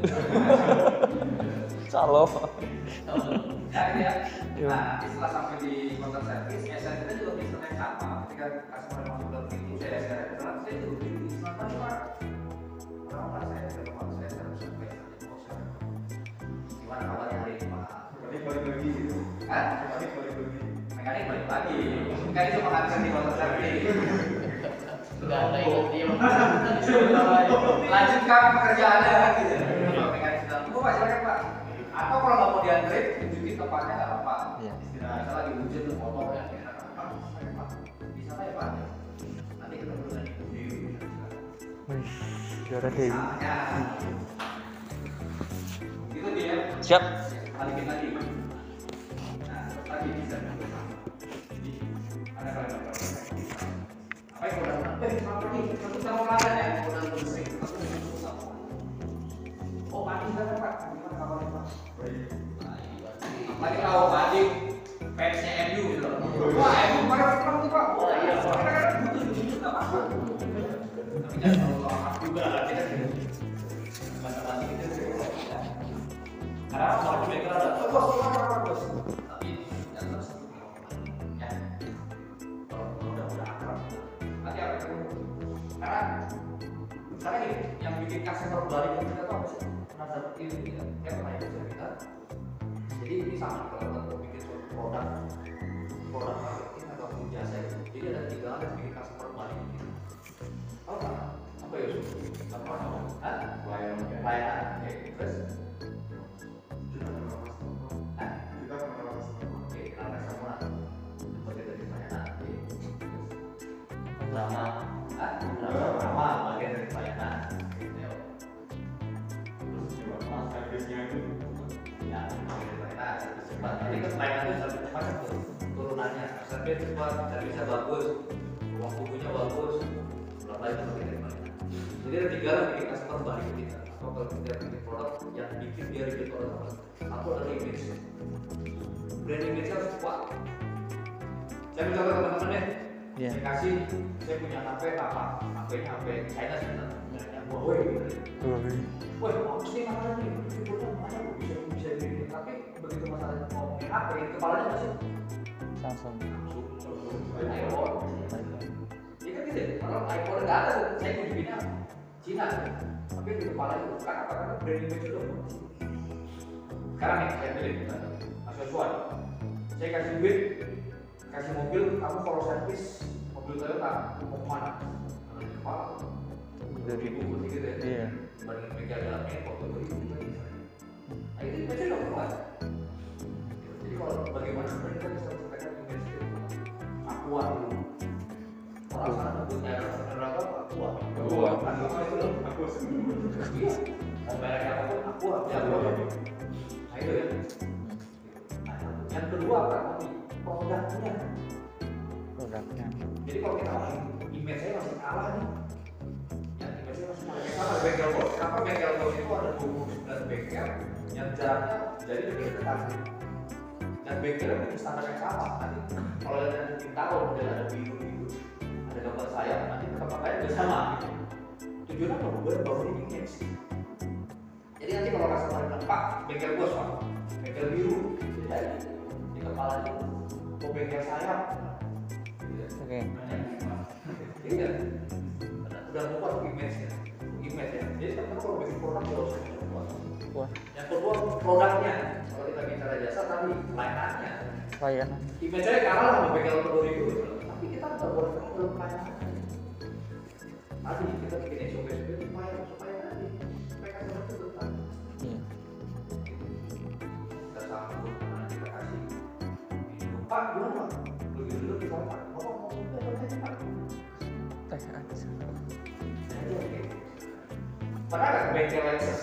Calo. Ya. Nah, setelah sampai di counter service, biasanya kita juga bisa yang sama. Ketika customer masuk ke pintu, saya juga berdiri. Selamat pagi Pak. Kenapa saya harus sampai gimana kabarnya hari ini Pak? Berarti balik lagi gitu. Hah? Balik lagi. Mekanik balik lagi. Mekanik cuma ngangkat di counter service. Enggak ada ikut dia. Lanjutkan pekerjaannya gitu. Kalau mekanik sedang, Pak silakan Pak. Atau kalau nggak mau diantri, tunjukin tempatnya nggak apa-apa. Iya. Misalnya lagi hujan tuh motor ya, Pak, bisa nggak ya Pak? Nanti kita berusaha di Wih, juara Dewi. misalnya. Gitu dia. Siap. Balikin lagi. Nah, tadi bisa. Jadi ada kalimat apa yang udah selamat pagi, kita mau makan ya, udah bersih, aku udah susah. Oh mandi kan Pak, gimana kabarnya Pak? Lagi tahu mandi fansnya MU gitu. Wah MU kemarin menang tuh Pak. Wah iya Pak. Kita kan butuh begitu nggak apa-apa. Tapi jangan terlalu lama juga. Masa-masa gitu. Karena mau mereka ada bos, bos. Tapi jangan terus. Ya. Kalau udah akrab. Nanti apa itu? Karena misalnya nih, yang bikin customer balik ke kita tuh apa sih? Pernah dapat ini ya? Saya pernah ikut kita. Jadi ini sama kalau kita mau bikin suatu produk marketing atau jasa itu. Jadi ada 3 hal yang bikin customer balik ke kita. Tahu nggak? Apa ya? Apa namanya? Pelayanan. Oke, terus? Kita kenal customer. Oke, kenal customer. Seperti dari pelayanan. Ramah, bagian dari pelayanan. Terus coba servisnya itu. Ya, pelayanan cepat. Jadi ke pelayanan itu sampai cepat tuh turunannya. Servis cepat, servisnya bagus, ruang tunggunya bagus. Berapa itu bagian dari pelayanan. Jadi ada 3 yang bikin customer balik ke kita. Atau kalau kita bikin produk yang bikin dia repeat order apa? Satu adalah image. Brand image harus kuat. Saya minta ke teman-teman deh. Iya. Saya kasih, saya punya HP apa? HP-nya HP China sebenarnya. Mereknya Huawei. Wah, bagus nih mana nih? Ini produk mana bisa begini. Tapi begitu masalah ngomongin HP, kepalanya masih Samsung. iPhone. Iya kan gitu. Kalau iPhone nggak ada, saya tunjukin apa? Cina, tapi di kepala itu kan karena brand image itu. Sekarang nih saya pilih Mas Yoswan, saya kasih duit, kasih mobil, kamu kalau servis mobil Toyota mau kemana? Kalau di kepala, 2.000 gitu ya. Iya. Banding bengkel dalamnya foto 2.000 lagi. Nah itu image nya udah kuat. Jadi kalau bagaimana sebenarnya kita bisa menciptakan image itu Aqua dulu. Orang sana sebutnya neraka Aqua. Aqua. Aqua itu loh. Aku Iya. Mau mereknya apapun Aqua. Ya Aqua. Nah itu ya. Nah, yang kedua kan tadi produknya. Produknya. Jadi kalau kita image saya masih kalah nih. Ya image saya masih kalah. Sama bengkel bos. Kenapa bengkel bos itu ada 29 bengkel yang jaraknya jadi lebih dekat. Dan bengkelnya punya standar yang sama. Nanti kalau ada Bintaro model ada biru, ada gambar saya, nanti tetap pakainya juga sama. Gitu. Tujuannya apa? Buat bangun image. Jadi nanti kalau customer bilang, Pak, bengkel bos Pak, bengkel biru, jadi di kepala itu, oh bengkel sayap. Oke. Iya, udah buat image ya. Jadi teman-teman kalau bikin produk ya harus buat. Wah, Yang kedua produknya. Kalau kita bicara jasa tadi layanannya. layanan. Image saya kalah sama bengkel kedua itu. Tapi kita nggak boleh terlalu layanan. Tadi kita bikin SOP supaya tadi mereka sudah betah. Iya. Kita sambut, kita kasih. Pak, gimana Pak? Dulu kita Pak. Bapak mau minta Pak. Teh aja. Pernah nggak ke bengkel Lexus?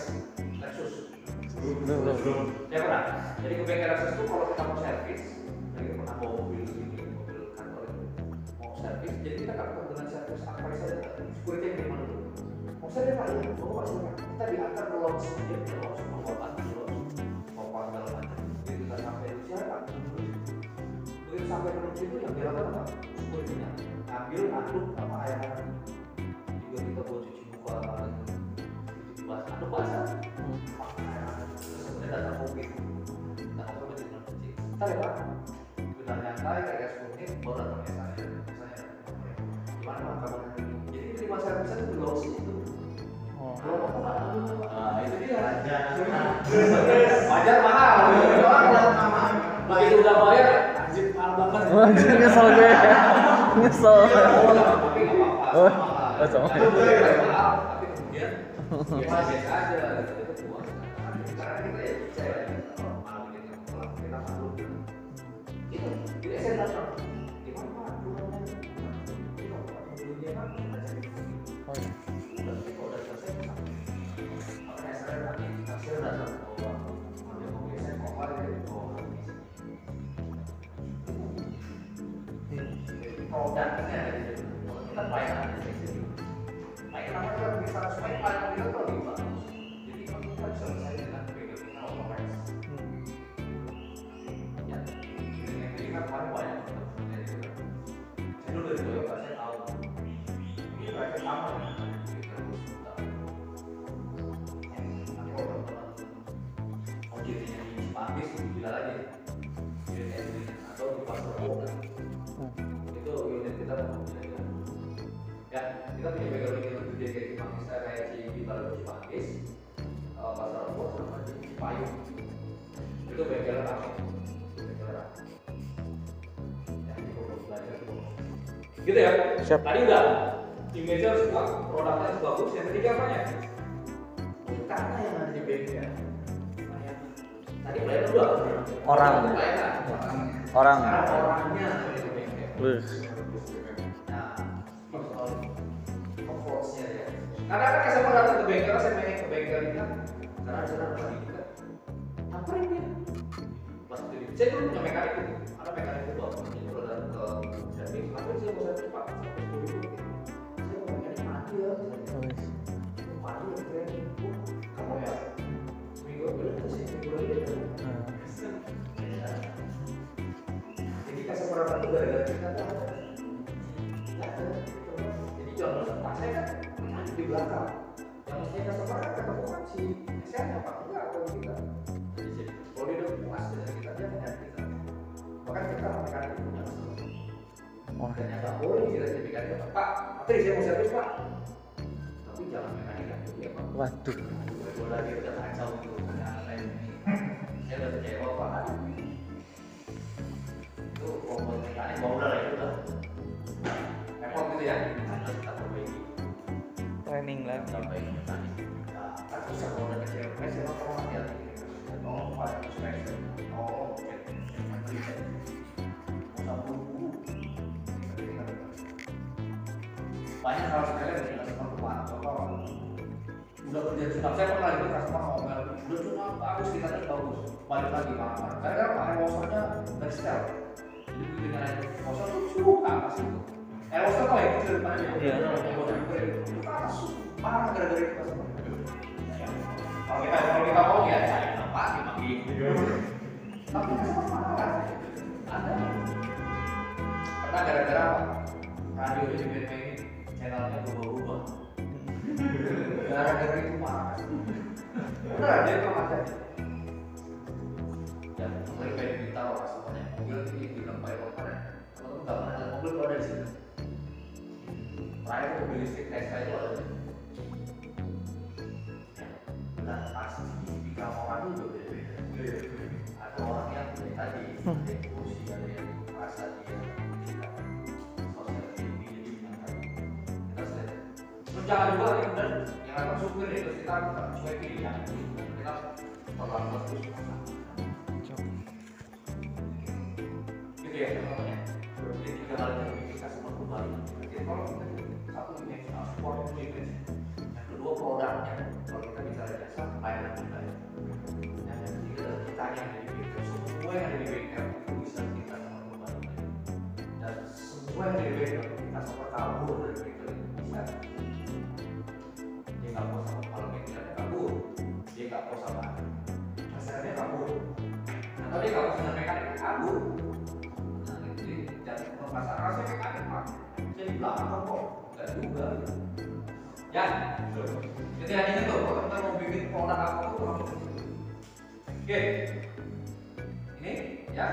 Belum. Ya pernah. Jadi ke bengkel Lexus itu kalau kita mau servis, jadi kita pernah bawa mobil ini, mobil kantor itu, mau servis. Jadi kita nggak perlu dengan servis apa saja. Security yang gimana tuh? Mau servis apa ya? Mau apa sih? Kita diantar ke launch dia, ke launch mau bawa mau segala macam. Jadi kita sampai di siapa? Begitu sampai di situ yang dilakukan apa? Security-nya ambil aduk apa air hangat. Juga kita buat cuci muka, aduk basah. Sebenarnya datang mobil, datang mobil di mana sih? Ntar ya Pak, kita nyantai kayak 10 menit baru datang saya. Gimana Pak kabarnya? Jadi di masa bisa itu belum sih itu. Oh. Kalau mau kemana? Nah itu dia. Wajar mahal. Begitu udah bayar, anjir mahal banget. Wah, nyesel gue. Nyesel. Tapi nggak apa-apa. Oh, Sama. sama. Tapi kemudian biasa aja. Itu puas. Karena kita ya percaya kalau malam ini kita malu. Itu jadi saya datang. Gimana Pak? Rumahnya? Ini kalau mobilnya kan ada Oh, iya. nanti kalau udah selesai, makanya saya nanti kasir datang bawa mobil saya kopar itu bawa produknya kalau kita pelayanan di sini pelayanan kita bisa supaya pelayanan kita tuh lebih bagus jadi kalau kita bisa selesai dengan bengkel kita otomatis ya ini kan paling banyak dari kita saya dulu dari Toyota saya tahu ini mereka sama dengan bengkel nanti kalau teman-teman ojeknya di Cipamis itu bila lagi atau di pasar Boga itu unit kita mau ya kita punya bengkel gede kayak Cipamis kayak Cibitar itu Cipamis pasar Boga sama di Cipayung itu bengkel rame ya ini kalau belajar itu gitu ya. Siap. Tadi udah image harus kuat, produknya harus bagus. Yang ketiga apanya? Karena yang ada di bengkel tadi pelayanan dua Orang. Orang. Sekarang orangnya ada di bengkel. Wih. Nah, comfortnya ya. Karena kan saya mau datang ke bengkel, saya main ke bengkel ini kan karena ada orang lagi juga. Ngapain dia? Pas itu, saya dulu punya mekanik itu, ada mekanik itu bawa. Jadi kalau datang ke servis, ngapain saya mau servis Pak? Sampai 10 ribu. Saya mau mekanik mati ya. Mati ya training. Kamu ya? Seminggu belum sih, minggu lagi ya. Jadi kasih produk itu gara-gara kita tuh ada. Nggak ada. Jadi contoh pas saya kan di belakang. Yang mestinya customer kan ketemu kan si saya Pak enggak atau kita. Jadi kalau dia udah puas dengan kita dia menyari kita. Bahkan kita mereka itu punya customer. Wah. Dan yang nggak boleh kita jadi Pak, Patri saya mau servis Pak. Tapi jangan mekanik Waduh. bola dia udah kacau gitu karena lain ini saya udah kecewa Pak. Itu komponen mekanik udah lah itu udah repot gitu ya, harus kita perbaiki Training lagi. sampai mekanik. Nah, kan susah kalau udah kecewa, saya mau tolong hati-hati tolong pada inspeksi, tolong cek riset, usah buru-buru. Banyak hal sekali yang kita sempat lupa. Contoh, udah kerja sunat, saya pernah itu customer ngomel, udah sunat bagus, kita tadi bagus, balik lagi marah. Karena aerosolnya dari setel, jadi bikin aerosol tuh suka atas itu. Aerosol kok ya kecil depan dia, Iya. itu ke atas marah gara-gara itu customer. Kalau kita mau ya cari tempat dimaki. Tapi customer marah. Ada pernah gara-gara apa? Radio di BNP ini channelnya berubah-ubah. Gara-gara itu marah. Udah dia itu aja. Ya, lebih baik ditaruh semuanya. Mobil ini bilang pakai kemarin. Kalau nggak pernah ada mobil kalau ada di sini. Terakhir mobil listrik Tesla itu ada. Nah, pasti di orang itu beda-beda. Ada orang yang tadi emosi, ada yang merasa dia sosial tinggi jadi bilang tadi. Terus jangan juga yang benar yang akan supir itu kita sesuai pilihan kita terlambat terus gitu ya teman-teman ya. Jadi tiga hal yang kita semua kembali. Jadi kalau kita satu ini support delivery, yang kedua produknya, kalau kita bicara jasa layanan kita ya. Yang ketiga kita yang ada di bengkel, semua yang ada di bengkel itu bisa kita semua kembali. Dan semua yang ada di bengkel kita semua kabur dari bengkel itu bisa. Dia nggak mau sama kalau bengkelnya kabur, dia nggak mau sama hasilnya kabur, atau dia nggak mau sama mekaniknya kabur. Nah jadi jangan merasa rasanya mekanik pak, jadi belakang kok nggak juga. Ya, jadi hanya itu kalau kita mau bikin produk apa tuh langsung ke situ. Oke, ini ya.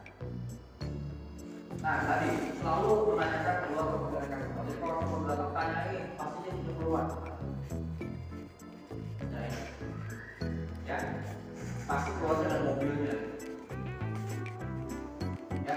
Nah tadi selalu menanyakan keluar ke pegawai kantor. Jadi kalau kamu belakang tanya ini pastinya sudah keluar. Nah ini, ya pasti keluar dengan mobilnya. Ya,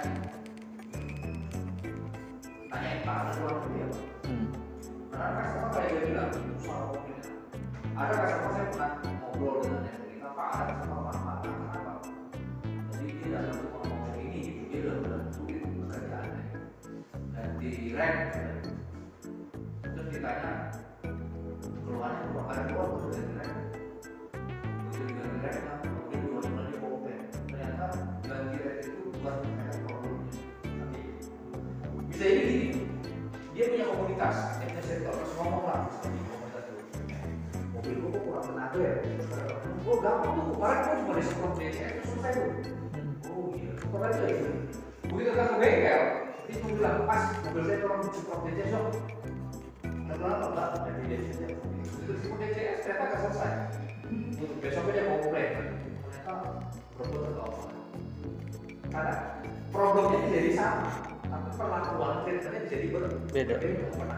tanyain Pak ada keluar mobil. Karena customer kayak dia bilang susah mobilnya. Ada customer saya pernah ngobrol dengan yang cerita Pak ada customer marah kenapa? Jadi dia datang ke ngomong ini gitu dia udah bilang sulit pekerjaannya dan di rem terus ditanya keluarnya keluar ada keluar terus dari rem terus dari rem kan kemudian 2 bulan dia komplain ternyata ganti rem itu bukan karena problemnya tapi bisa ini gini dia punya komunitas yang punya sektor terus ngomong lah di komunitas itu mobil gua kok kurang tenaga ya gua gampang tuh kemarin gua cuma disemprot DCS terus selesai tuh oh iya kemarin tuh itu begitu kan ke bengkel itu gua bilang pas mobil saya kurang disemprot DCS dong kenapa enggak jadi DCS itu disemprot DCS ternyata nggak selesai besoknya dia mau komplain ternyata berbuat atau apa karena problemnya jadi sama tapi perlakuan treatmentnya jadi berbeda. Jadi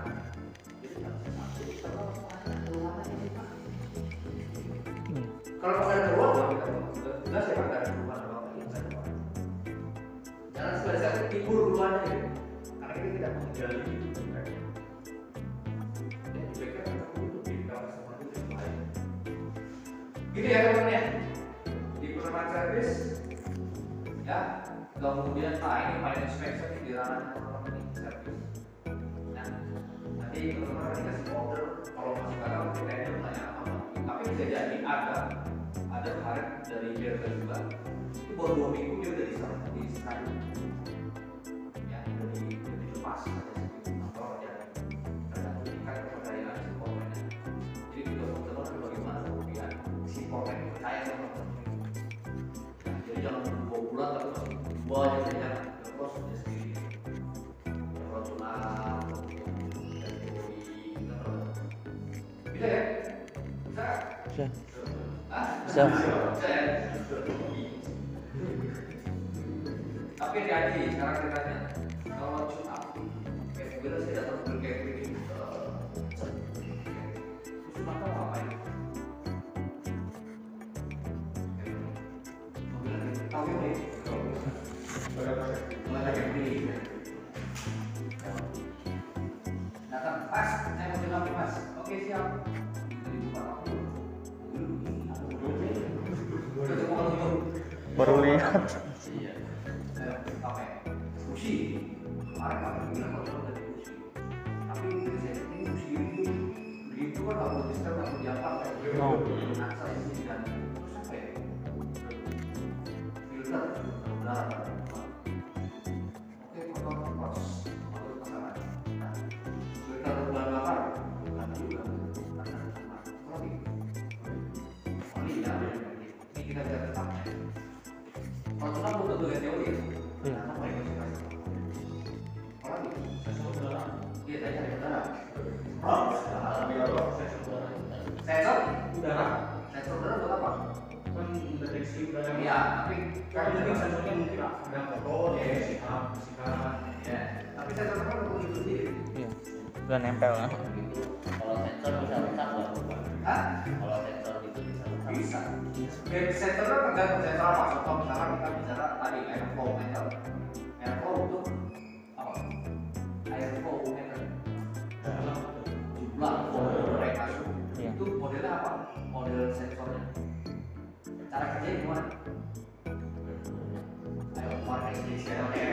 kalau nggak ada keluar, jelas ya nggak ada perubahan apa-apa yang saya lakukan. Jangan sekali-sekali timbul duluan aja, karena kita tidak menggali itu. Dan juga kita butuh di kamar sama itu yang lain. Gitu ya teman-teman ya, di perumahan servis, ya. Kemudian ini main inspection di ranah teman-teman ini servis. Nah, nanti teman-teman dikasih order kalau masih gagal kita itu nanya apa. Tapi bisa jadi ada kemarin dari BRT juga itu baru 2 minggu dia udah di sana ya udah dilepas atau ya karena meningkat kepercayaan si korbannya. Jadi juga teman-teman bagaimana kemudian si korban percaya sama teman-teman. Nah, jadi jangan 2 bulan tapi masih banyak saja terus dia sendiri ya kalau cuma bisa ya bisa Bisa. tapi hati-hati sekarang ceritanya kalau tune up kayak mobil saya datang mobil kayak gini tune up apa ngapain tahu ini. Mulai lagi beli. Datang pas, saya mau bilang mas. Oke siap. Baru lihat. Iya. Apa ya? Sushi. Kemarin kami bilang kalau udah di sushi. Tapi ini sushi ini begitu kan nggak boleh disetel, nggak boleh diapa kayak gitu. No. Nah saya sih dan terus apa ya? Filter, benar. Oke, kotor pas, masuk ke sana. Nah, filter bulan bakar, bukan juga. Oli ya, ini kita bisa tetapnya. Kalau kita mau tentu yang teori, Iya. apa yang kita kasih? Kalau iya, saya cari udara. Tapi kalau Sensor udara sensor udara buat apa? kan mendeteksi udara. Iya, tapi Kan mungkin sensornya mungkin ada kotor, ya, sikat, bersihkan. ya, tapi sensor kan udah punya sendiri. Iya. Udah nempel kan? Kalau sensor bisa rusak nggak? Hah? Kalau sensor itu bisa rusak. Bisa. Sensor kan tergantung sensor apa. Contoh misalkan kita bicara tadi airflow meter. Airflow itu apa? Airflow meter. Jumlah volume air masuk. Iya. Itu modelnya apa? Model sensornya. Cara kerjanya gimana? Ayo, kemarin injeksi.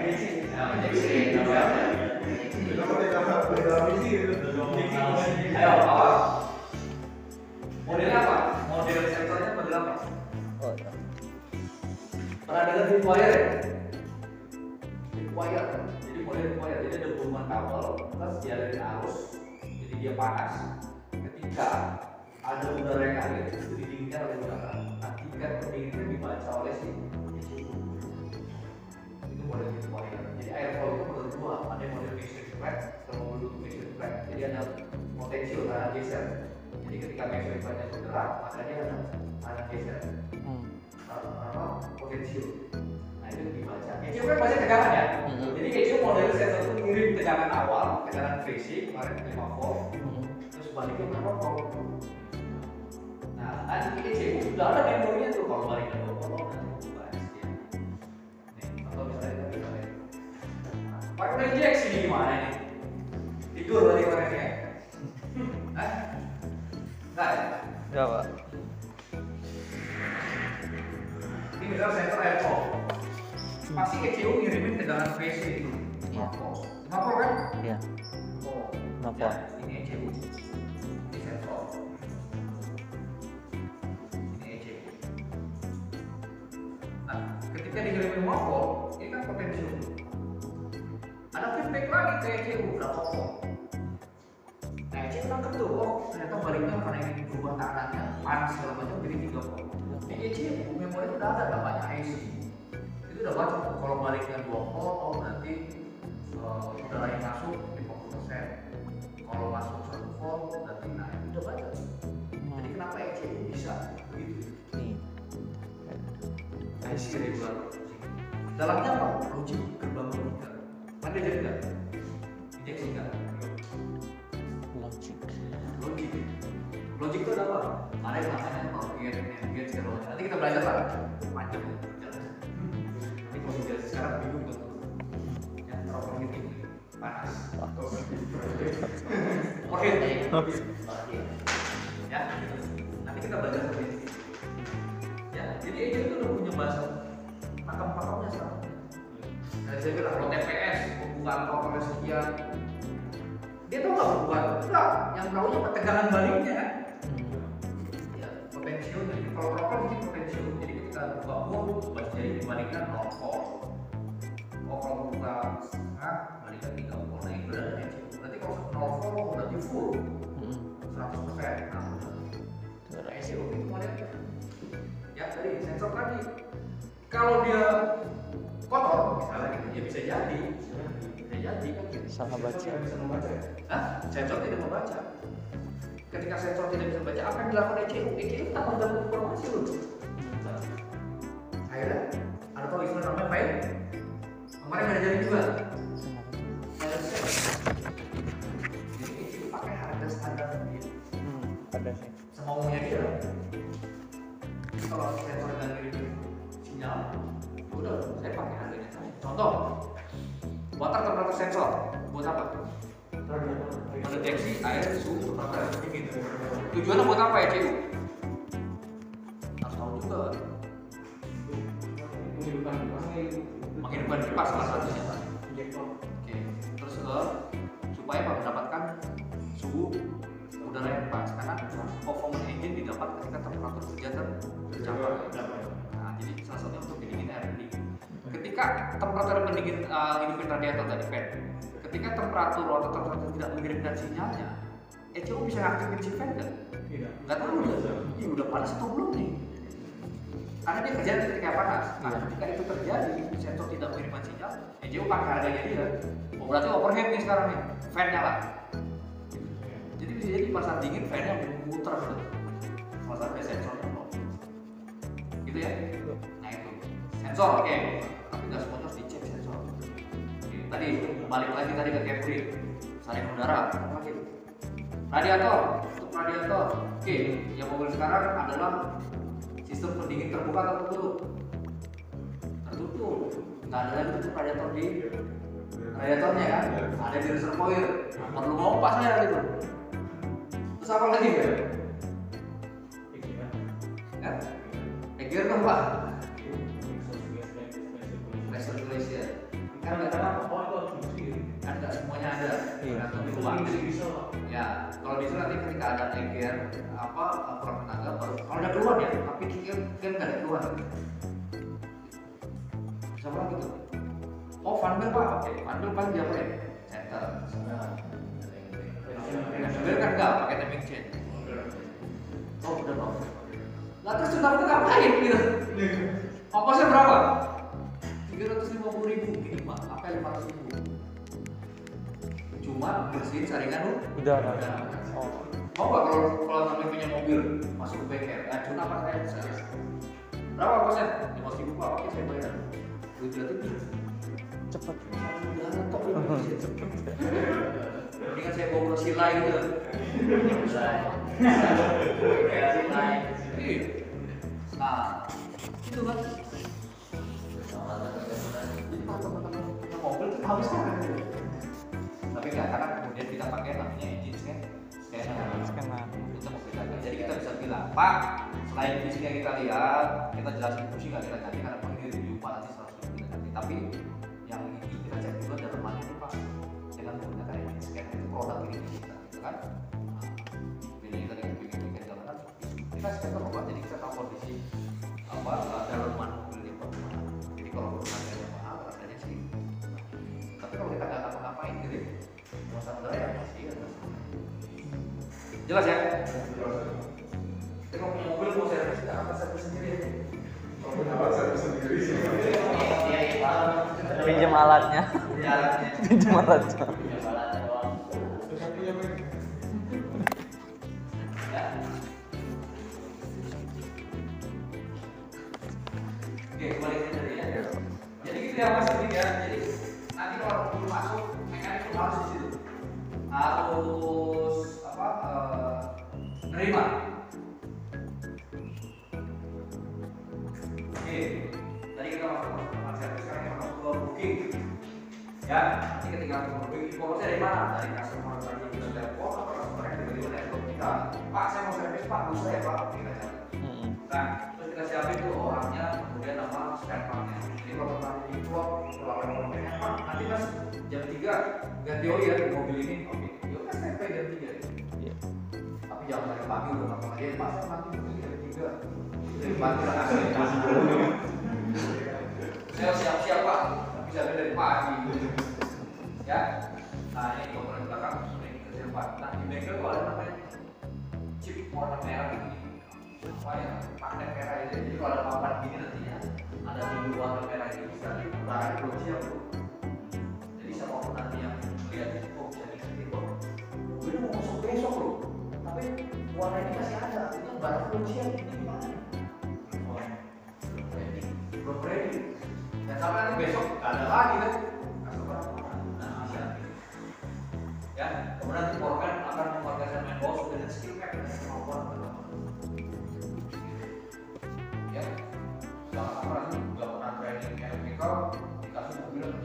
Ayo, apa? Modelnya apa? Model sensornya model apa? Oh iya. Pernah dengar require? Require. Jadi model require. Jadi ada gulungan kabel terus dialirin arus. Jadi dia panas. Ketika ada udara yang ngalir, itu didinginkan oleh udara. Nah, tingkat pendinginnya dibaca oleh si itu model require. Jadi airflow itu model dua. Ada yang model mixed reflect, sama model mixed reflect. Jadi ada potensial tanah geser. Jadi ketika mixed reflectnya bergerak, maka dia ada tanah geser. Apa potensial. Nah itu dibaca. ECU kan baca tegangan ya. Jadi ECU model sensor itu ngirim tegangan awal, tegangan VC kemarin 5 volt, terus baliknya berapa volt. Nah nanti ECU sudah ada memorinya tuh kalau baliknya 2 volt nanti buka sekian. Nih atau misalnya kita lihat. Pakai udah injeksi nih gimana nih? Tidur tadi kemarin ya? Hah? Enggak ya? Enggak, Pak. Ini misalnya sensor airflow. Pasti ECU ngirimin tegangan VC itu. 5 volt. 5 volt kan? Iya. Oh. 5 volt. Ya, ini ECU. Ini sensor. Ini ECU. Nah, ketika dikirimin 5 volt, ini kan potensial. Ada feedback lagi ke ECU berapa volt. Nah, ECU nangkep tuh, oh ternyata baliknya karena ini berubah tekanannya, panas segala macam jadi 3 volt. Di ECU memori itu udah ada namanya IC. Itu udah baca tuh, kalau baliknya 2 volt, oh berarti udara yang masuk 50%. Kalau masuk 1 volt, berarti nah itu udah baca. Jadi kenapa ECU bisa begitu? Nih. IC regulator. Dalamnya apa? Logic gerbang logika. Ada jadi nggak? Injeksi nggak? Logic. Logic. Logic itu ada apa? Ada yang namanya power gate, NAND gate, segala macam. Nanti kita belajar lah. Panjang ya. Nanti kalau dijelasin sekarang bingung betul. Ya, terlalu gitu. Panas. Oke. Ya. Nanti kita belajar seperti ini. Ya, jadi ECU itu udah punya bahasa pakem-pakemnya sama. Nah, saya bilang kalau TPS pembukaan kotornya sekian, dia tahu nggak pembukaan? Enggak, yang tahunya ketegangan baliknya kan. Ya, potensial. Jadi kalau rokok ini potensial. Jadi ketika buka bom, jadi dibandingkan 0 volt. Oh, kalau buka setengah, balikan 3 volt. Nah, itu udah ada ECU. Berarti kalau 0 volt berarti full 100%. Nah, udah ECU itu modelnya. Ya, tadi sensor tadi. Kalau dia kotor, misalnya gitu, ya bisa jadi kan gitu. Salah Sensor baca. tidak bisa membaca ya? Hah? Sensor tidak membaca. Ketika sensor tidak bisa membaca, apa yang dilakukan ECU? ECU tak mendapat informasi loh. Akhirnya, ada tahu istilah namanya file? Kemarin ada jadi juga. File set. Jadi ECU pakai harga standar sendiri. Ada sih. Semaunya dia. Kalau sensor dan ngirim sinyal, Contoh, water temperature sensor buat apa? Mendeteksi air suhu temperatur dingin. Tujuannya buat apa ya, CU? Harus tahu juga. Menghidupkan kipas salah satunya. Oke, terus supaya mendapatkan suhu udara yang pas, karena performance engine didapat ketika temperatur kerja tercapai. Nah, jadi salah satunya untuk mendingin air pendingin. Ketika temperatur pendingin hidupin radiator tadi fan, ketika temperatur atau temperatur tidak mengirimkan sinyalnya, ECU bisa ngaktifin si fan nggak? Nggak tahu udah panas atau belum nih? Karena dia kerja ketika panas. Nah, ketika itu terjadi, sensor tidak mengirimkan sinyal, ECU pakai harganya dia. Oh, berarti overhead nih sekarang nih, fan nyala. Jadi bisa jadi pas saat dingin fan-nya muter gitu. Salah satunya sensornya loh. Gitu ya? Nah itu sensor, oke. Tapi nggak semuanya harus dicek sensor. Oke, tadi balik lagi tadi ke cabin, saring udara, apa lagi? Radiator, untuk radiator. Oke, yang mobil sekarang adalah sistem pendingin terbuka atau tertutup? Tertutup. Nggak ada lagi tutup radiator di radiatornya kan? Ada di reservoir. Perlu ngompas ya gitu. Terus apa lagi ya? Ya? Gear apa? Recirculation. Kan nggak ada apa? Kan nggak semuanya ada. Ya, kalau bisa nanti ketika ada gear apa kurang tenaga baru kalau ada keluar ya, tapi kan nggak ada keluar. Siapa lagi tuh? Oh, fan belt pak, oke. Fan belt paling dia apa ya? Center. Fan belt kan nggak pakai timing chain. Oh, udah bang. Lah terus tentang itu ngapain gitu? Ongkosnya berapa? 350.000 minimal, sampai 500.000. Cuma bersihin saringan Udara. Oh. Mau nggak kalau namanya punya mobil masuk ke bengkel, racun apa saya bisa? Berapa persen? 500.000 pak, oke saya bayar. Duit berarti Cepet. udah top ini cepet. Mendingan saya bawa silai gitu. Silai. Nah, itu kan. Jadi kalau teman-teman punya mobil kita habis kan? Tapi nggak, karena kemudian kita pakai namanya engine scanner untuk membedakan. Jadi kita bisa bilang, Pak, selain fisik yang kita lihat, kita jelasin fungsi nggak kita ganti karena ini review Pak nanti 100% kita ganti. Tapi yang ini kita cek dulu dalamannya itu Pak, dengan menggunakan engine scanner itu produk ini kita, gitu kan? Jadi kita bikin jalanan, kita scanner Pak, jadi kita tahu kondisi apa dalaman mobil itu. Jadi kalau berhubungan dengan mahal, rasanya sih. Tapi kalau kita nggak ngapa-ngapain, jadi masalah udara ya pasti ya. Jelas ya? Tapi kalau punya mobil mau servis nggak apa servis sendiri? Kalau punya alat servis sendiri sih. Pinjam alatnya. Pinjam alatnya. Oke, kembali ke tadi ya. Jadi gitu ya Mas Adi ya. Jadi nanti kalau mobil masuk, mekanik itu harus di situ. Harus apa? Nerima. Oke, tadi kita masuk ke servis, sekarang kita masuk ke booking. Ya, nanti ketika booking, informasi dari mana? Dari customer tadi kita telepon atau customer yang tiba-tiba telepon kita. Pak, saya mau servis Pak, bisa ya Pak? Kita cari. Nah, terus kita siapin tuh orangnya, kemudian nama spare partnya. Jadi kalau nanti di vlog, kalau orang Pak, nanti Mas jam 3 ganti oli ya di mobil ini. Oke, yuk kan sampai jam 3. Tapi jangan dari pagi udah ngomong aja, Mas saya nanti mobil jam 3. Dari pagi udah kasih. Saya siap-siap Pak, tapi saya dari pagi. Ya, nah ini komponen belakang, ini kerja Pak. Nah di bengkel tuh ada namanya chip warna merah ini. Apa ya, magnet merah itu. Jadi kalau ada papan gini nantinya ada timbul warna merah ini bisa diutarakan belum siap tuh. Jadi saya mau nanti yang lihat itu kok bisa diganti kok. Gue mau masuk besok loh, tapi warna ini masih ada. Itu barang belum siap ini gimana? Belum ready. Dan sampai nanti besok nggak ada lagi kan? Customer nah bisa. Ya, kemudian nanti foreman akan memakai main box dengan skill cap dan kemampuan ya, jangan sampai juga pernah training mechanical dikasih mobil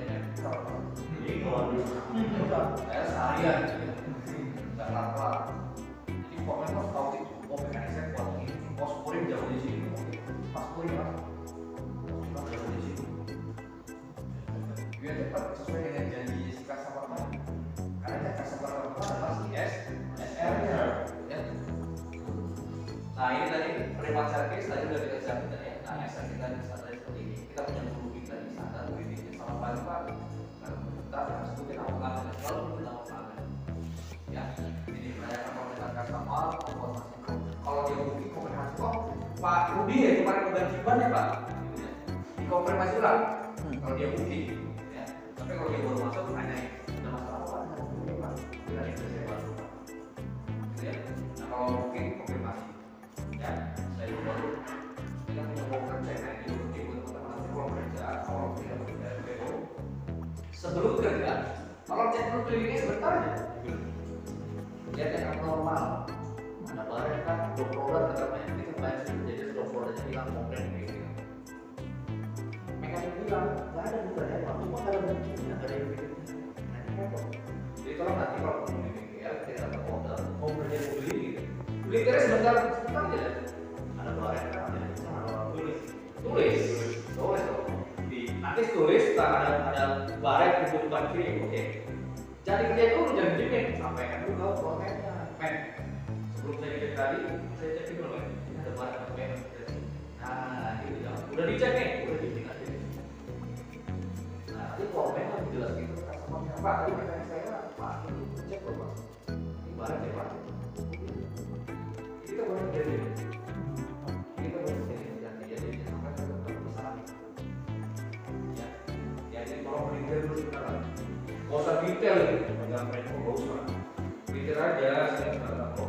cepat sesuai dengan janji si customer tadi. Karena customer adalah si SR ya. Nah ini tadi private service tadi udah kita siapin tadi ya. Nah SR kita di standar seperti ini. Kita punya grouping tadi standar groupingnya sama paling pak. Kalau kita harus sebutin nama pelanggan, selalu sebutin nama pelanggan. Ya, ini menanyakan komentar customer, informasi. Kalau dia booking konfirmasi kok Pak Rudi ya kemarin kewajiban ya Pak. Dikonfirmasi ulang. Kalau dia booking, ya. Tapi kalau dia baru masuk hanya ada masalah apa? Pak, kita bisa bantu. Gitu ya. Nah kalau booking konfirmasi, ya saya baru kita punya broker channel di booking untuk teman-teman kalau kerja, kalau tidak bekerja PO. Sebelum kerja, kalau cek dulu kliniknya sebentar aja. Lihat yang normal. Ada barang kan, dokter tetap banyak ini kan banyak sih. Jadi dokternya bilang komplain gitu. Mekanik bilang nggak ada bukan ya, waktu mau ada begini nggak ada yang begini. Nah ini apa? Jadi kalau nanti kalau kamu di BKL kita dapat order, mau kerja mau beli gitu. Beli terus sebentar aja. Ada barang kan, ada tulis dong. Nanti tulis ada barang dibutuhkan kiri, oke. Jadi kerja dulu jangan dimin, sampaikan dulu kalau komennya, men. Sebelum saya cek tadi, saya cek dulu men. Ini ada barang apa yang terjadi. Nah, itu ya. Udah dicek nih, udah dicek aja. Nah, nanti komen kan jelas gitu. Customer-nya Pak, tadi pertanyaan saya, Pak, ini cek loh Pak. Ini barang ya Pak. Kita boleh jadi. Kita boleh jadi sampai ke perusahaan. Ya, jadi kalau berintir dulu sekarang. Gak usah detail gitu, jangan main fokus mah. Detail aja, saya nggak tahu.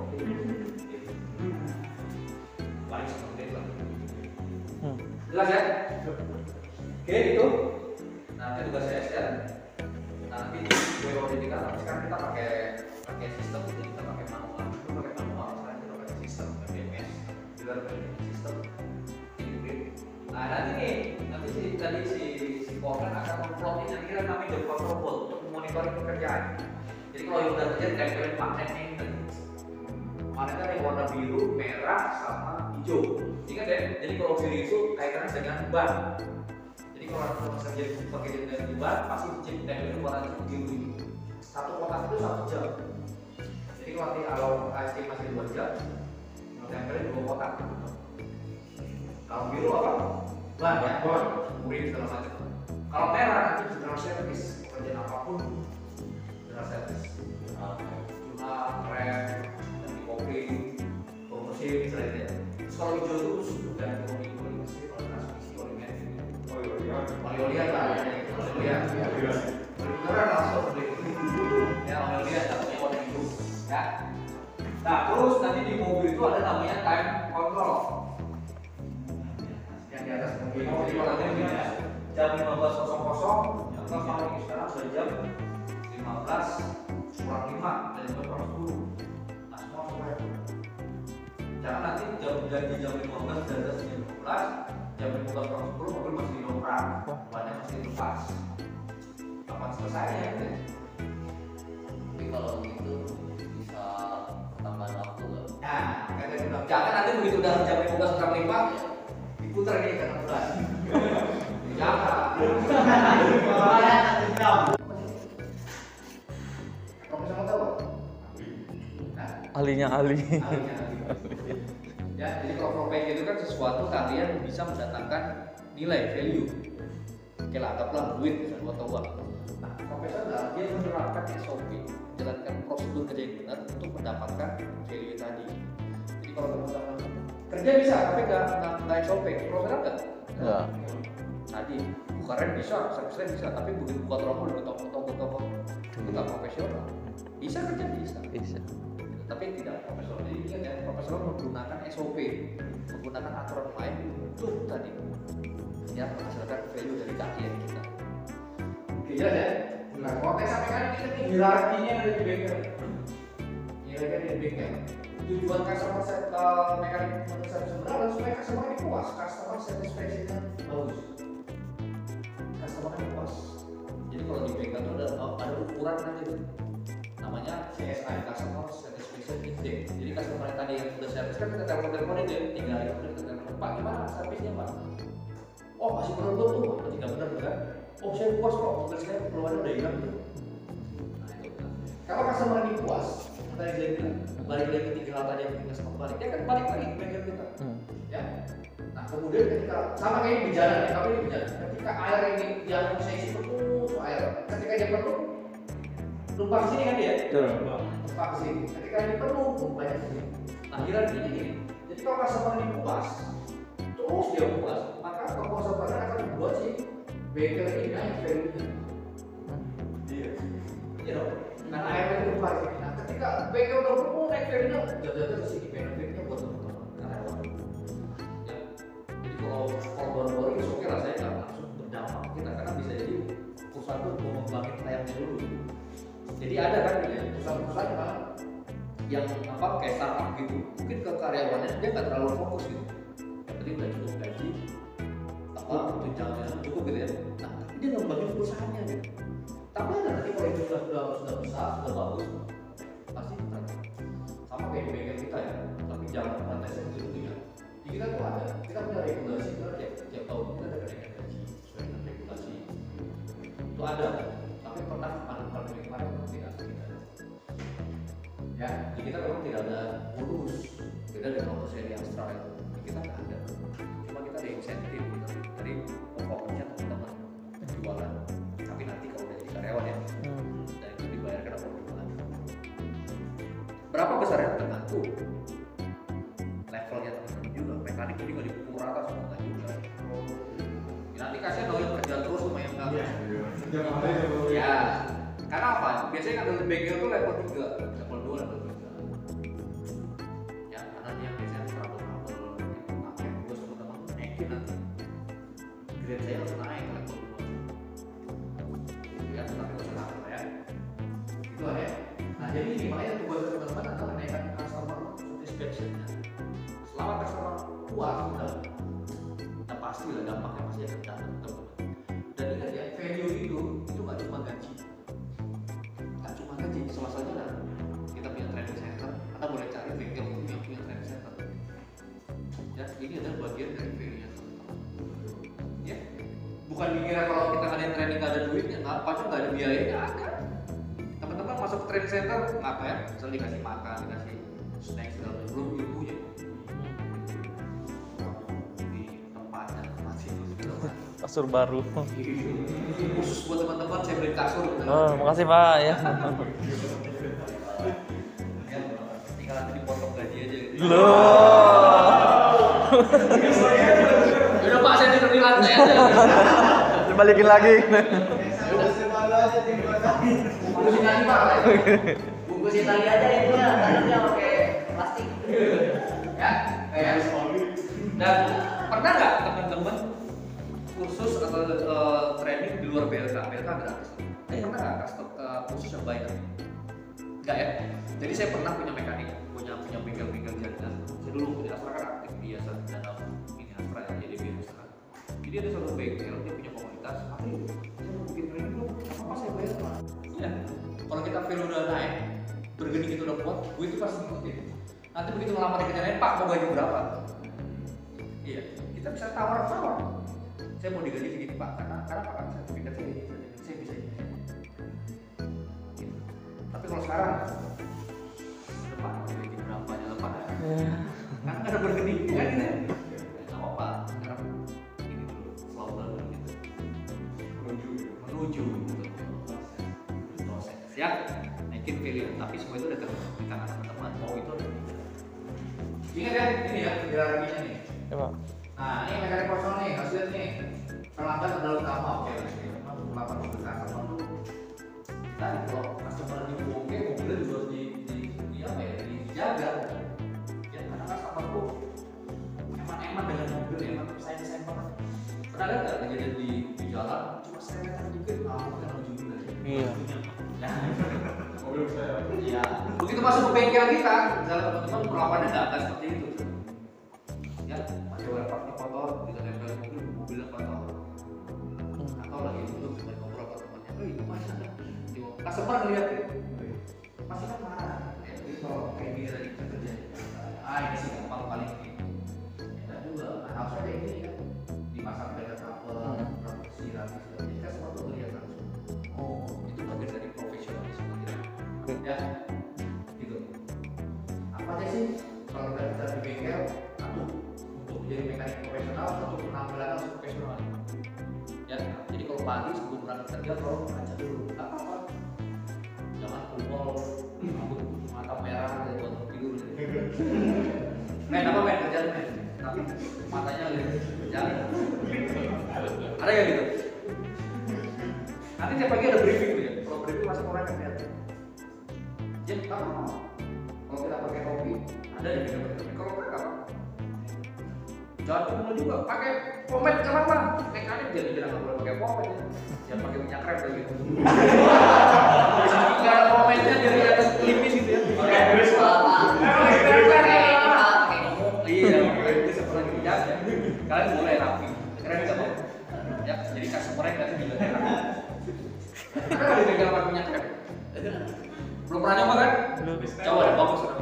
Paling seperti itu. Jelas ya? Oke itu. Nah itu tugas saya ya. Nanti gue auditikan, tapi sekarang kita pakai sistem, jadi kita pakai manual. Itu pakai manual, sekarang kita pakai sistem, BMS, dealer sistem. Nah nanti nih, tadi si Korban akan memplotin yang kira namanya job control untuk monitoring pekerjaan. Jadi kalau yang udah kerja ditempelin magnet nih, magnetnya ada warna biru, merah, sama hijau. Ingat ya, jadi kalau biru itu kaitannya dengan ban. Jadi kalau kerja pakai dengan ban, pasti ditempelin warna biru ini. Satu kotak itu 1 jam. Jadi kalau AST masih 2 jam, ditempelin 2 kotak. Kalau biru apa? Ban ya, kuring segala macam. Kalau merah nanti general service, pekerjaan apapun general service. Cuma rem, ganti kopling, mesin misalnya ya. Terus kalau hijau itu khusus ganti oli mesin, kalau transmisi oli mesin. Oli lah, oli. Beneran langsung beli. Ya oli namanya warna hijau. Ya. Nah terus nanti di mobil itu ada namanya time control. Yang di atas mobil. Jadi kalau nanti jam 15.00 kita paling sekarang sudah jam 15 kurang 5 dari jam 10. Nah semua supaya jangan nanti janji jam 15 dan jam 12 jam 15 kurang 10 mobil masih didongkrak, bannya masih lepas. Kapan selesainya gitu ya? Tapi kalau gitu bisa tambahan waktu nggak? Nah, kata bilang jangan nanti begitu udah jam 15 kurang 5 diputar nih ke 16. Jangan. Profesional tahu? Ahlinya ahli. Ya, jadi kalau profesi itu kan sesuatu kalian bisa mendatangkan nilai value. Oke lah, anggaplah duit misalnya atau uang. Nah, profesional dia menerapkan SOP, menjalankan prosedur kerja yang benar untuk mendapatkan value tadi. Jadi kalau teman-teman kerja bisa, tapi nggak SOP, profesional nggak? Ya. Tadi buka rem bisa, service rem bisa, tapi begitu buka trommel ke toko nggak profesional. Bisa kerja bisa. Tapi tidak profesional. Jadi ingat ya, profesional menggunakan SOP, menggunakan aturan main untuk tadi ya menghasilkan value dari klien kita. Oke ya. Nah, kalau saya sampaikan ini nih hierarkinya dari bengkel. Hierarki dari bengkel. Tujuan customer mekanik motor sebenarnya supaya customer ini puas, customer satisfaction-nya bagus. Customer ini puas. Jadi kalau di bengkel itu ada ukuran nanti tuh. Namanya CSI, Customer Satisfaction Index. Jadi customer yang tadi yang sudah service kan kita telepon dia, tinggal kita telepon Pak gimana servisnya Pak? Oh masih belum tuh, berarti nggak benar kan? oh saya puas kok, mobil saya keluarnya udah hilang tuh. Nah itu. Kalau customer ini puas, tadi saya bilang balik lagi tiga hal tadi yang kita sempat balik, dia kan balik lagi ke bengkel kita. Ya. Nah kemudian ketika sama kayak ini berjalan ya, tapi ini berjalan. Ketika air ini yang saya isi penuh air, ketika dia penuh, numpang sini kan dia? Betul. Numpang sini. Ketika ini penuh, numpangnya sini. Nah kira gini. Jadi kalau customer ini puas, terus dia puas, maka kepuasan akan membuat si bengkel ini naik value-nya. Iya. Iya dong. Karena airnya itu numpang sini. Nah ketika bengkel udah penuh naik value-nya, jatuh di sini benefitnya buat teman-teman. Kalau baru-baru itu oke lah, saya nggak langsung berdampak kita karena bisa jadi perusahaan itu mau ngembangin layarnya dulu. Jadi ada kan gitu ya, perusahaan-perusahaan yang apa kayak startup gitu, mungkin ke karyawannya dia nggak terlalu fokus gitu. Yang penting udah cukup gaji, apa tunjangannya cukup gitu ya. Nah, tapi dia ngembangin perusahaannya gitu. Tapi ada nanti kalau itu sudah besar, sudah bagus, pasti kita sama kayak bengkel kita ya. Tapi jangan protes itu ya. Di kita tuh ada, kita punya regulasi itu ya, tiap tahun kita ada kenaikan gaji sesuai dengan regulasi itu ada, tapi pernah pandemi kemarin tidak ada. Ya, di kita memang tidak ada bonus, beda dengan waktu saya di Astra itu, di kita nggak ada, cuma kita ada insentif gitu. Dari pokoknya teman-teman penjualan, tapi nanti kalau udah jadi karyawan ya, dan itu dibayarkan per bulan. Berapa besarnya tergantung levelnya teman-teman juga, mekanik ini nggak dipukul rata semua juga. Ya, nanti kasihan dong yang kerja terus sama yang nggak. Ya, karena apa? Biasanya kan dari bengkel tuh level 3, level 2, level 3. Ya, karena dia biasanya trouble pakai terus teman-teman naikin nanti. Grade saya harus naik ke level 2. Ya, tapi nggak usah takut ya. Itu ya. Nah, jadi ini makanya tugas teman-teman adalah menaikkan customer satisfaction-nya. Selama customer puas udah pasti lah dampaknya pasti akan datang teman-teman. Dan ingat ya, value itu nggak cuma gaji, salah satunya adalah kita punya training center. Anda boleh cari bengkel yang punya training center. Ya, ini adalah bagian dari value-nya teman-teman. Ya, bukan dikira kalau kita ngadain training nggak ada duitnya, nggak apa nggak ada biayanya, ada. Teman-teman masuk ke training center apa ya? Misalnya dikasih makan, dikasih snack segala macam, belum ilmunya. Kasur baru. Khusus buat teman-teman saya beli kasur. Oh, makasih Pak ya. Tinggal nanti dipotong gaji aja gitu. Loh. Udah Pak, saya tidur di lantai aja. Dibalikin lagi. Bungkusin lagi Pak. Bungkusin lagi aja itu ya, tadi dia pakai plastik. Ya, kayak dan pernah nggak teman-teman kursus atau training di luar BLK gratis? Pernah nggak custom kursus yang bayar? Enggak ya? Jadi saya pernah punya mekanik, punya bengkel-bengkel jaringan. Saya dulu di Astra kan aktif biasa dalam ini Astra ya, jadi biasa. Jadi ada satu bengkel, dia punya komunitas. Tapi saya mau bikin training dulu, apa saya bayar Pak? Iya. Kalau kita value udah naik, bergening itu udah kuat, gue itu pasti ngikutin. Nanti begitu ngelamar di kerjaan, Pak mau gaji berapa? Iya, kita bisa tawar-tawar. Saya mau digaji segitu Pak, karena Pak kan sertifikat saya ini, saya bisa ini. Gitu. Tapi kalau sekarang, Pak mau digaji berapa aja lah Pak? Kan ada bergening, kan gitu ya? Nggak apa-apa, sekarang ini dulu, slow dulu gitu. Menuju proses. Ya, naikin value, tapi semua itu udah di tangan teman-teman. Mau itu ada. Ingat ya, ini ya, hierarkinya nih. Ya Pak. Nah, ini mekanik kosong nih, harus lihat nih. Pelanggan adalah utama, oke. Pelanggan utama dulu. Tadi kalau customer di oke, mobilnya juga harus dijaga. Ya, karena customer tuh eman-eman dengan mobil, emang sayang-sayang banget. Pernah lihat nggak kejadian di jalan, cuma seretan dikit, langsung kena ujung dari. Iya. Mobil saya. Iya. Begitu masuk ke bengkel kita, misalnya teman-teman perlakuannya nggak seperti itu. Ya, pakai wearpartnya kotor, bisa nempel mobilnya kotor. Atau lagi duduk dengan ngobrol sama temannya, itu masih ada. Customer ngeliat ya, pasti kan marah. Ya, jadi kalau kayak gini tadi kita kerja, ini sih gampang paling ini. Ya juga, harusnya kayak gini kan, dimasang beda couple, berapa siram, jadi customer jadi mekanik profesional untuk penampilan harus profesional. Ya, jadi kalau pagi sebelum berangkat kerja kalau baca dulu, nggak apa-apa. Jangan kumol, rambut mata merah dari buat tidur. Apa kerjaan men? Tapi matanya lihat kerjaan. Ada ya gitu. Nanti tiap pagi ada briefing tuh ya. Kalau briefing masuk orang yang lihat. Ya, apa? Kalau kita pakai topi, ada yang kita pakai topi. Kalau enggak apa? Jangan kumul juga. Pakai pomade jangan bang. Mekanik jadi bilang nggak boleh pakai pomade. Jangan pakai minyak krem kayak gitu. Nggak ada pomade-nya jadi ada klimis gitu ya. Oke, terus Iya, itu seperti minyak ya. Kalian boleh rapi. Keren nggak bang? Ya, jadi customer-nya nggak juga enak. Ada dipegang pakai minyak krem. Belum pernah nyoba kan? Belum. Coba deh, bagus kan?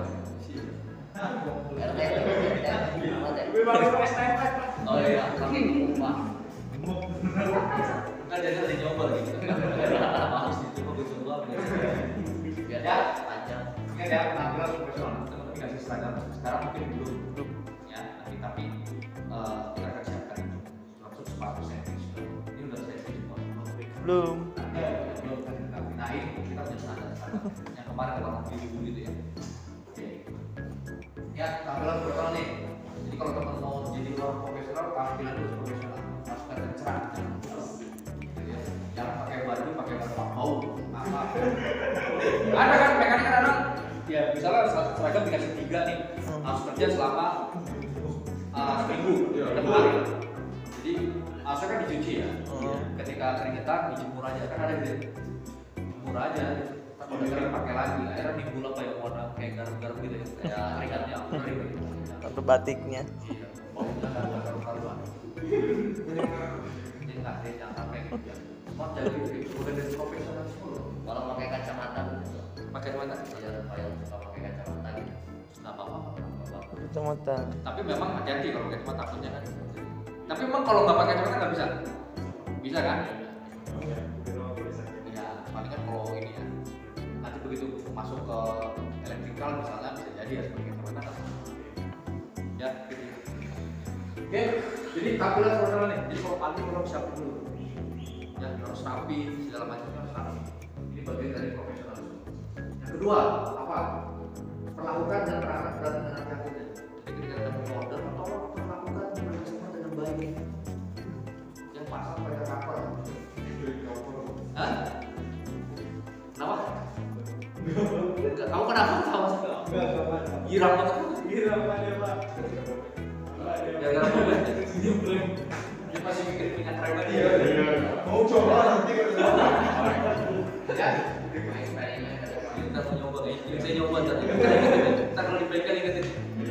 Oh iya, pakai kumpah. Kan jadi ada nyoba gitu. Harus dicoba coba. Ya, panjang. Ingat ya, penampilan profesional. Tapi nggak sih sekarang mungkin belum. Ya, tapi kita akan siapkan itu. Langsung sepatu servis. Ini udah servis semua. Belum. Belum kan kita kita punya standar yang kemarin warna biru gitu ya. Oke. Ya, tampilan profesional nih. Jadi kalau teman mau jadi orang profesional, tampilan harus profesional. Harus kelihatan cerah. Jangan pakai baju pak bau. Ada kan mekanik kan ada. Ya, misalnya seragam dikasih 3 nih. Harus kerja selama seminggu. Depan. Jadi harusnya kan dicuci ya. Ketika keringetan dijemur aja kan ada gitu. Jemur aja. Kalau udah kering pakai lagi. Akhirnya nimbul apa ya warna kayak garam-garam gitu ya. Kayak ringannya ngeri gitu. Atau batiknya. Iya. Baunya kan garam-garam. Jadi nggak ada yang sampai gitu ya. Mau jadi udah dari profesional semua. Kalau pakai kacamata gitu. Pakai kacamata? Iya, yang suka pakai kacamata gitu. Nggak apa-apa. Kacamata. Tapi memang hati-hati kalau kacamata takutnya kan. Tapi memang kalau nggak pakai kacamata nggak bisa. Bisa kan? Iya, paling kan kalau ini ya. Nanti begitu masuk ke elektrikal misalnya bisa jadi ya sebagai kacamata. Ya, gitu. Oke, jadi tampilan profesional nih. Jadi kalau pagi orang siapin dulu. Ya, harus rapi, segala macamnya harus rapi. Ini bagian dari profesional. Yang kedua, apa? Perlakukan dan perangkat dengan hati-hati. Jadi ketika kita order, tolong perlakukan customer dengan baik. Yang pasang pada kapal. Hah? Kenapa? Kamu kenapa tahu? Girang banget. Gara-gara mobil. Dia masih mikir minyak krem aja. mau coba nanti Ya. Kita mau nyoba kayak ini. Saya nyoba tadi. Kita kalau di bengkel ingetin.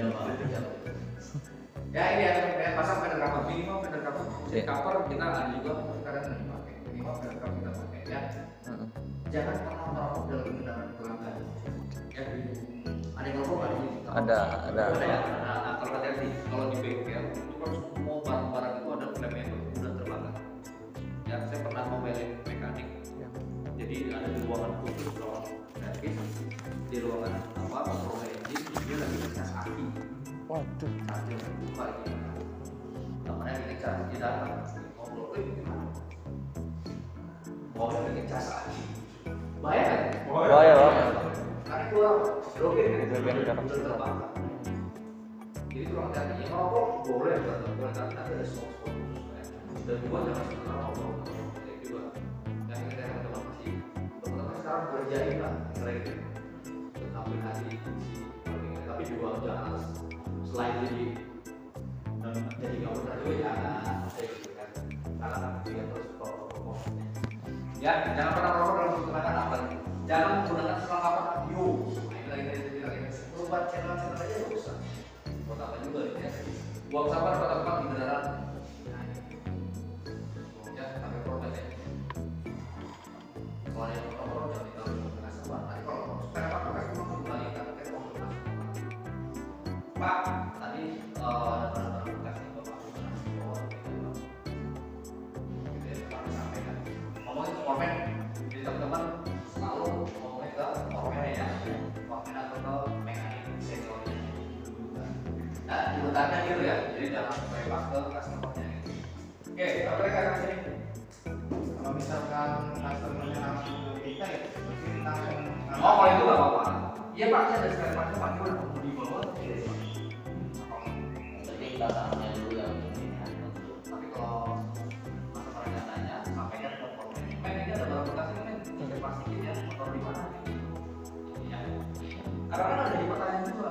Ya ini ya pasang pedal cover minimal pedal cover. Jadi cover kita ada juga sekarang ini pakai. Minimal pedal cover kita pakai ya. Jangan pernah merokok dalam kendaraan pelanggan. Ya. Ada yang merokok ada ini. Ada. Ya. Nah, kalau hati-hati kalau di bengkel itu kan semua barang-barang itu ada klaimnya itu udah terbakar. Ya, saya pernah ngomelin mekanik. Jadi ada di ruangan khusus ruangan servis, di ruangan apa kontrol engine dia lagi ngecas aki. Waduh. Charger buka gitu. Namanya ini cas di datang ngobrol gimana? Mau bikin cas aki. Bahaya kan? Bahaya banget. Karena keluar hidrogen kan? Hidrogen dalam Udah terbakar. Jadi itu orang hati-hati merokok boleh boleh tapi nanti ada spot khusus ya. Dan juga jangan sekedar ngobrol kayak juga. Yang kita teman-teman masih teman-teman sekarang berjaya lah kira gitu. Ambil hati tapi juga jangan selain jadi nggak benar juga jangan kayak gitu kan. Karena dia terus protokol. Ya jangan pernah merokok dalam menggunakan apa? Jangan menggunakan perlengkapan audio. Ini lagi bilang ini. Merubah channel aja nggak usah. Pertama juga ya. Buang sampah tempat di kendaraan. Ya, pakai protokol ya. Kalau yang protokol jangan ditaruh di tengah sampah. Nanti kalau supaya apa pakai uang kembali kan pakai uang bekas. Pak, tadi ada barang-barang bekas nih bapak bawa gitu ya, Pak sampaikan. Ngomongin ke formen, jadi teman-teman selalu ngomongin ke formen ya, formen atau ke mekanik seniornya. Nah, urutannya gitu ya. Jadi jangan sampai pas ke customer-nya. Oke, apa lagi kan sini? Kalau misalkan customer-nya langsung ke kita ya, berarti langsung. Oh, kalau itu nggak apa-apa. Iya Pak, saya ada sekali pakai Pak, gimana mau dibawa atau tidak Pak? Jadi kita tanya dulu yang ini. Tapi kalau customer-nya nanya, sampaikan ke formen. Men, ini ada barang bekas ini men, saya plastikin ya, motor di mana? Iya. Karena kan ada di pertanyaan juga.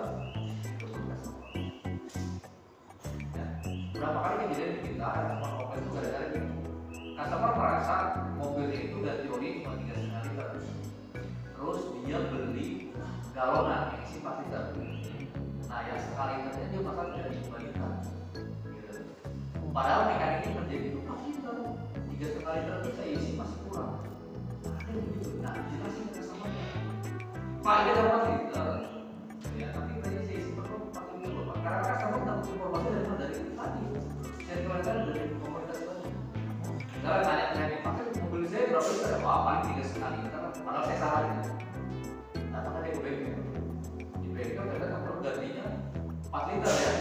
Ya. Berapa kali kejadian di kita ada komplain itu gara-gara gini. Customer merasa mobilnya itu udah teori cuma 3,5 liter. Terus dia beli galonan yang isi 4 liter. Nah yang sekali liternya dia masak dari 2 liter. Gitu. Padahal mekaniknya menjadi itu 4 liter. 3,5 liter bisa isi masih kurang. Nah ada begitu. Nah jelasin ke customernya. Pak ini ada 4 liter. Ya tapi tadi saya isi perlu 4 liter Pak. Karena customer dapat informasi dari tadi. Saya keluarkan dari komunitas tadi. Karena tanya pakai mobil saya berapa liter? Wah paling 3,5 liter. Padahal saya salah gitu. Nah, karena dia bengkel. Di bengkel ternyata kalau gantinya 4 liter ya.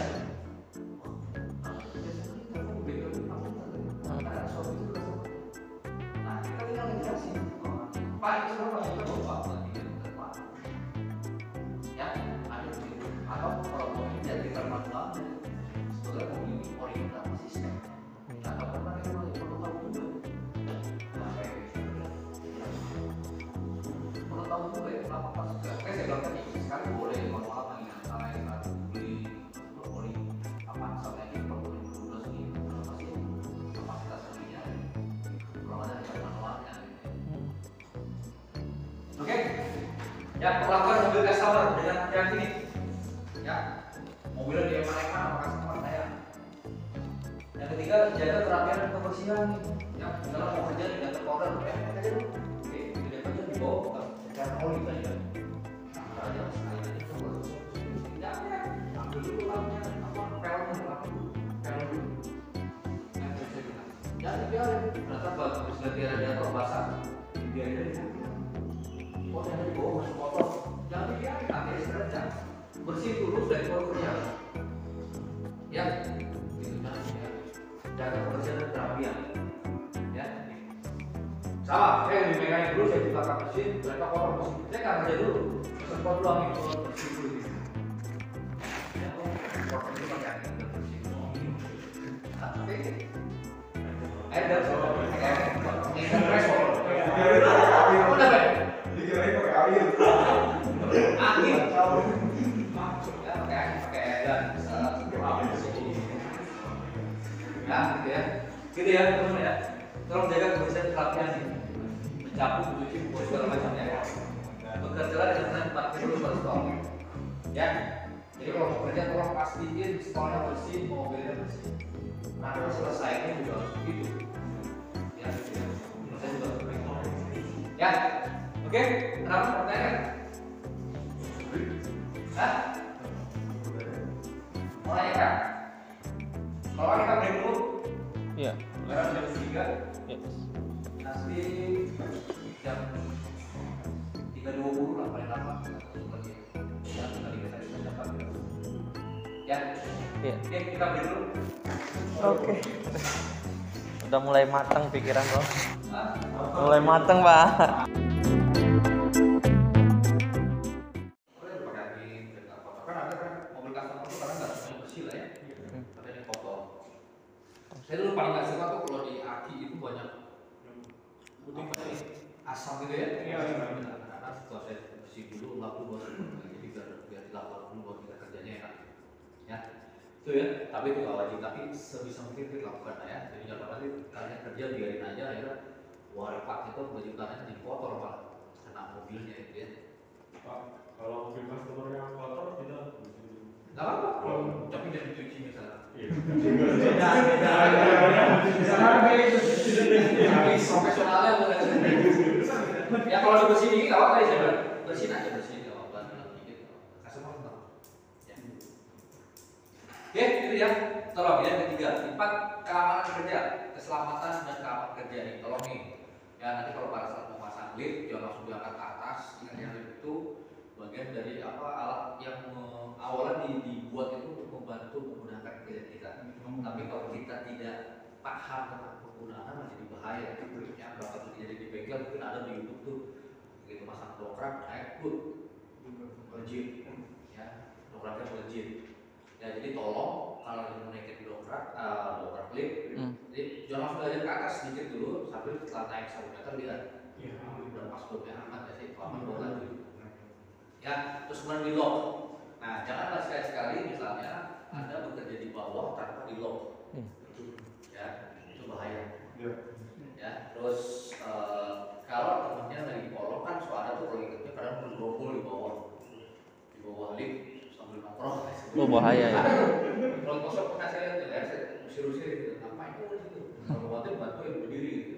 Nah, kita tinggal ngejelasin. Pak, itu semua Pak, kita bawa Pak, liter Pak. Ya, ada begitu. Atau kalau mau ini liter manual, sebetulnya mau ini original sistem. Nah, kalau pernah itu perlu tahu juga. Nah, kayak gitu. Perlu tahu juga ya, kenapa pas saya bilang tadi, sekarang boleh manual dengan cara yang harus beli boleh apa misalnya ini kalau 2012 ini berapa sih kapasitas ininya kalau ada manualnya oke ya perlakuan mobil customer dengan yang ini ya mobilnya di MRK sama customer saya yang ketiga jaga kerapian dan kebersihan ya misalnya mau kerja di kantor powder kerja dulu oke tidak kerja di bawah karena oli saja nah aja sekali aja coba tidak ambil dulu lamnya apa pelnya pel dulu yang saya bilang jangan dibiarin ternyata habis ganti radiator basah dibiarin aja oh ternyata di bawah masuk kotor jangan dibiarin nanti istirahat bersih dulu dari baru kerja ya gitu kan ya jaga kebersihan dan kerapian ya sama saya lebih mekanik dulu saya buka mesin ternyata kotor mesin saya nggak kerja dulu sempat doang itu bersih dulu ya kotor itu pakai angin dan bersih oke ada ini respon udah baik Dikirain pakai air. angin ya pakai angin pakai dan ya gitu ya teman ya tolong jaga kebersihan kerapian nih mencakup mencuci buku segala macamnya ya bekerja dengan tempat dulu berstol ya jadi kalau mau kerja tolong pastiin stolnya bersih mobilnya bersih nah kalau selesainya juga harus begitu ya gitu ya saya juga harus begitu ya oke kenapa pertanyaan hah mau nanya kan kalau kita break dulu Iya. sekarang jam 3 Yes. nanti jam 3.20 lah paling lama ya tadi kita dapat ya Iya. oke kita break dulu Oke. Udah mulai matang pikiran lo. Hah? Mulai matang, Pak. Boleh pakai angin, pakai kotor kan ada kan mobil customer tuh kadang nggak semuanya bersih lah ya katanya kotor saya dulu paling nggak suka tuh kalau di aki itu banyak apa sih asam gitu ya karena setelah saya bersih dulu lap dulu jadi biar dilap dulu baru kita kerjanya enak ya itu ya tapi itu nggak wajib tapi sebisa mungkin kita lakukan lah ya jadi jangan nanti kalian kerja biarin aja ya warpak itu baju kalian jadi kotor pak kena mobilnya itu ya Pak, kalau mobil customer yang kotor tidak nggak apa-apa tapi jangan dicuci misalnya habis profesionalnya boleh ya kalau dibersihin dikit apa tadi saya bilang bersihin aja bersihin nggak apa-apa dikit kasih mau ya oke itu ya tolong ya ketiga 4 keamanan kerja keselamatan dan keamanan kerja nih tolong nih ya nanti kalau pada saat mau pasang lift jangan langsung diangkat ke atas ingat ya lift itu bagian dari apa alat yang awalnya dibuat itu untuk membantu menggunakan kredit kita. Tapi kalau kita tidak paham tentang penggunaan menjadi bahaya. Ya, berapa terjadi di bengkel mungkin ada di YouTube tuh, begitu pasang dongkrak naik melejit, ya dongkraknya melejit. Ya jadi tolong kalau mau naikin dongkrak klip, jadi jangan langsung belajar ke atas sedikit dulu sambil setelah naik 1 meter lihat. Udah pas dopnya aman ya sih, aman buat lanjut. Ya, terus kemudian di lock. Nah, janganlah sekali-sekali misalnya Anda bekerja di bawah tanpa di lock. Ya, itu bahaya. Ya, terus kalau temannya lagi kolong kan suara tuh kalau ikutnya kadang bergerombol di bawah lift sambil nongkrong. Oh, bahaya ya. Kalau kosong pernah saya lihat ya, saya usir-usir gitu. Ngapain kok di situ? Kalau bantu yang berdiri gitu.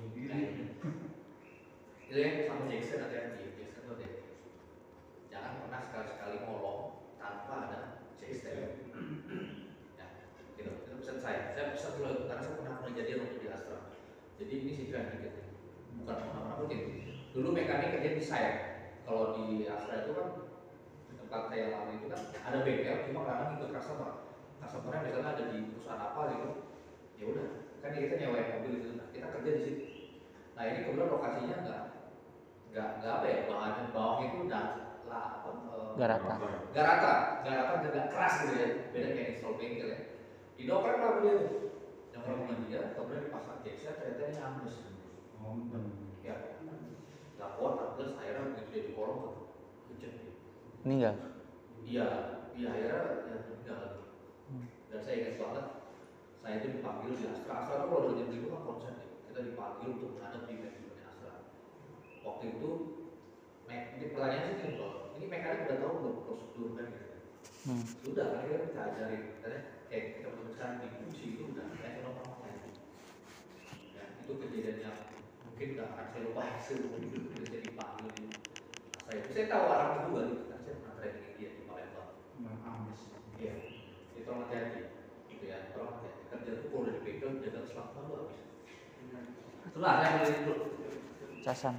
Itu ya sama Jackson hati-hati. Jackson tuh hati-hati. Jangan pernah sekali-sekali ngolong tanpa ada Jackson. Ya, gitu. Itu pesan saya. Saya pesan dulu karena saya pernah kejadian waktu di Astra. Jadi ini sih kan dikit. Bukan apa-apa gitu. Dulu mekanik kerja di sayap. Kalau di Astra itu kan tempat saya lama itu kan ada bengkel, cuma kadang ikut customer misalnya ada di perusahaan apa gitu. Ya udah, kan kita nyewain mobil itu. Nah, kita kerja di situ. Nah ini kebetulan lokasinya nggak apa ya, bahan bawahnya itu udah Gak rata dan nggak keras gitu ya, beda kayak install bengkel ya. Didongkrak lah dia, dongkrak dia, kemudian dipasang Jackson, ternyata ini ambles. Ya, nggak kuat ambles, akhirnya begitu dia di kolong tuh, hujan. Meninggal. Iya akhirnya ya meninggal. Dan saya ingat banget, saya itu dipanggil di Astra tuh kalau udah jadi itu kan konsen ya. Kita dipanggil untuk menghadap di manajemen Astra. Waktu itu, ini pertanyaannya sih gini loh, ini mekanik udah tahu belum prosedur kan gitu. Sudah, kan kita ajarin, kayak kita berusaha di kunci itu udah, kayak contoh-contohnya. Ya, itu kejadian yang mungkin udah akan saya lupa kita jadi panggil di Astra itu. Saya tahu orang itu juga, kan saya pernah training dia di Palembang. Iya, itu tolong hati-hati, gitu ya, tolong hati-hati. Kerja itu kalau udah di bengkel, jaga keselamatan lu habis. Itulah saya mulai dulu. Casan.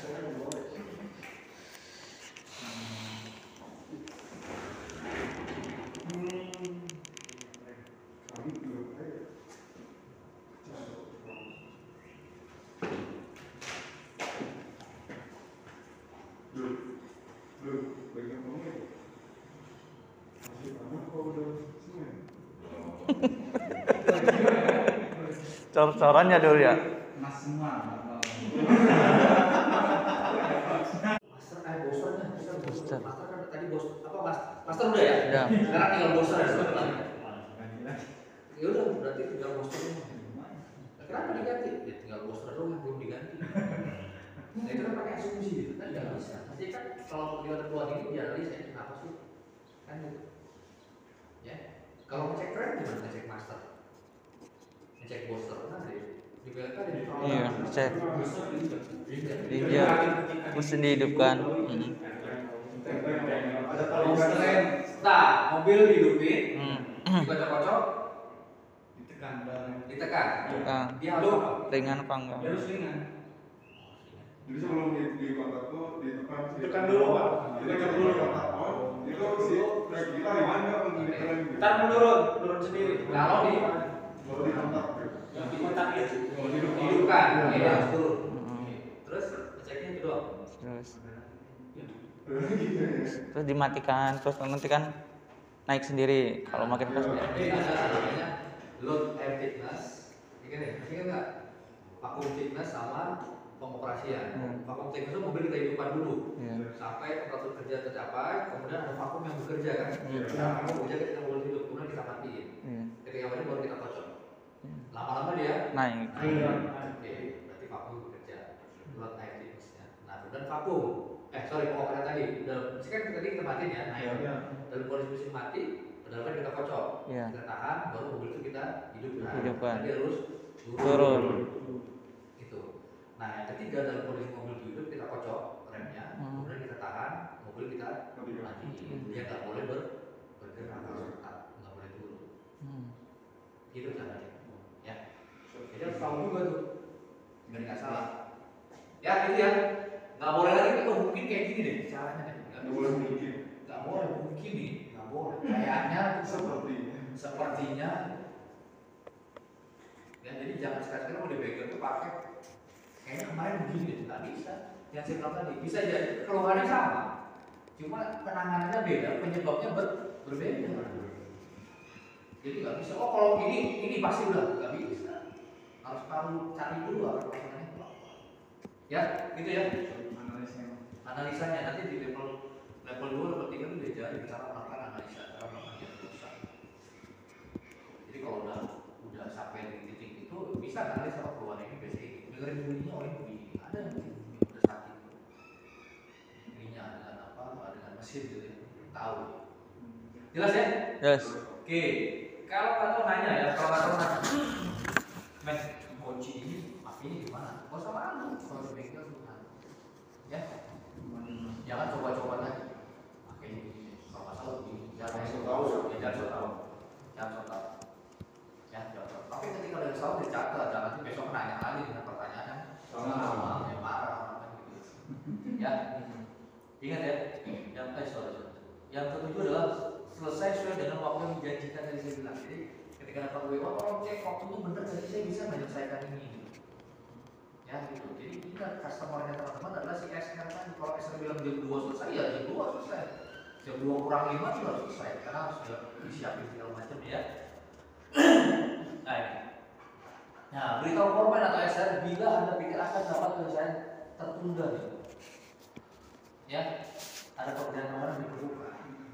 Cor-corannya dulu ya. Mas semua. Master kan tadi bos apa master udah ya? Udah. Sekarang tinggal boster ya sebentar. Ya udah berarti tinggal boster. Kenapa diganti? Ya tinggal boster doang yang belum diganti. Nah itu kan pakai asumsi gitu kan nggak bisa. Nanti kan kalau di ketentuan ini dianalisa ini kenapa sih? Kan gitu. Ya. Kalau ngecek keren gimana ngecek master? Ngecek boster kan di BLK ada di bawah. Iya, cek. Iya, mesin dihidupkan. Ada tali keren. Nah, mobil dihidupin, dikocok-kocok, ditekan. Dia harus apa? Ringan apa enggak? Harus ringan. Jadi sebelum di kontak tuh ditekan Tekan dulu, Pak. Ditekan dulu kontak. Itu si track kita di mana menunjukkan gitu. Ntar turun sendiri. Kalau di kontak. Di kontak itu. dihidupkan, ini harus turun. Terus ceknya itu doang. Terus dimatikan, terus nanti kan naik sendiri kalau makin keras. Ini ada namanya load air thickness. Ini nih, masih kan nggak? Vacuum thickness sama pengoperasian. Vacuum thickness itu mobil kita hidupkan dulu sampai temperatur kerja tercapai, kemudian ada vakum yang bekerja kan. Nah, vakum bekerja kita mobil hidup, kemudian kita matiin. Ketika matiin baru kita kocok. Lama-lama dia Naik. Oke, berarti vakum bekerja. Load air thickness-nya. Nah, kemudian vakum. Pengoperasian tadi. Tadi kita matiin ya. Nah, dalam kondisi mesin mati, pedalnya kita kocok. Kita tahan, baru mobil itu kita hidupkan. Jadi harus turun. Gitu. Nah, yang ketiga dalam kondisi mobil itu hidup kita kocok remnya, kemudian kita tahan, mobil kita matiin. Dia nggak boleh bergerak harus tetap, nggak boleh turun. Gitu caranya. Ya. Jadi harus tahu juga tuh, biar nggak salah. Ya, gitu ya. Nggak boleh lagi, oh mungkin kayak gini deh caranya deh. Nggak boleh mungkin nih, nggak boleh. Kayaknya Sepertinya. Ya, jadi jangan sekali-kali mau dibegel tuh pakai kayaknya kemarin begini deh, nggak bisa. Yang saya bilang tadi bisa jadi keluhannya sama, cuma penanganannya beda, penyebabnya berbeda. Jadi nggak bisa. Oh kalau ini pasti udah nggak bisa. Harus kamu cari dulu apa masalahnya apa. Ya, gitu ya. Analisanya nanti di level 2, level 3 itu diajari cara melakukan analisa, cara melakukan diagnosa. Jadi kalau udah sampai di titik itu bisa analisa apa keluhan ini biasanya dengerin bunyinya oh ini bunyi ada yang udah sakit. Bunyinya dengan apa? Dengan mesin gitu ya. Tahu. Jelas ya? Yes. Oke. Kalau nggak tahu nanya ya, kalau nggak tahu nanya. Men, kunci ini apinya di mana? Gak usah malu kalau di bengkel tuh. Ya. Jangan coba-coba lagi. Pakai ini. Kalau nggak salah begini. Jangan so tahu. Ya jangan so tahu. Jangan so tahu. Ya, jangan so tahu. Tapi ketika udah tahu dicatat, jangan nanti besok nanya lagi dengan pertanyaan sama yang marah kan gitu. Ya. Ingat ya. Yang ketujuh adalah selesai sesuai dengan waktu yang dijanjikan tadi saya bilang. Jadi ketika dapat WA, tolong cek waktunya benar jadi saya bisa menyelesaikan ini. Ya gitu. Jadi ingat customernya teman-teman adalah si SR kan. Kalau SR bilang jam 2 selesai ya jam 2 selesai. Jam 2 kurang 5 juga harus selesai karena harus disiapin segala macam ya. Nah ini. Nah beritahu korban atau SR bila Anda pikir akan dapat penyelesaian tertunda nih. Ya ada pekerjaan tambahan yang diperlukan.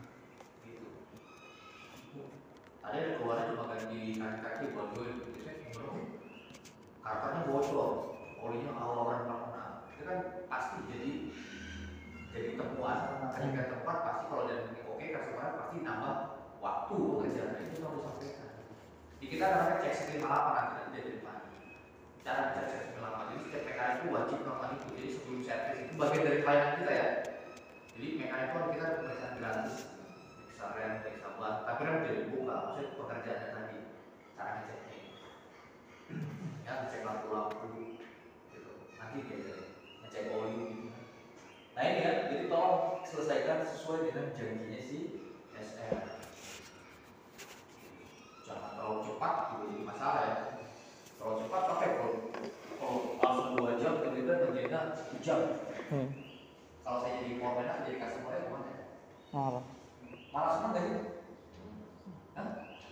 Ada yang keluarnya cuma ganti kaki buat gue karetanya bocor, olinya awal-awal mana, itu kan pasti jadi temuan. Ketika tempat pasti kalau dari oke customer pasti nambah waktu pekerjaan itu harus disampaikan. Jadi kita akan cek skill 8 nanti dari depan. Cara cek skill 8 jadi setiap PKN itu wajib melakukan itu. Jadi sebelum servis itu bagian dari pelayanan kita ya. Jadi PKN itu kita pemeriksaan gratis. Rem, periksa buat, tapi rem jadi buka, maksudnya pekerjaannya tadi, cara ngeceknya. Ya, ngecek lampu-lampu, gitu. Nanti dia ngecek oli, gitu. Nah ini ya, jadi tolong selesaikan sesuai dengan janjinya si SR. Jangan terlalu cepat, juga jadi masalah ya. Terlalu cepat, pakai kalau langsung 2 jam, tiba-tiba kerjanya 1 jam. Kalau saya jadi korban, jadi customer-nya gimana? Apa? Malah senang gak sih? Hah?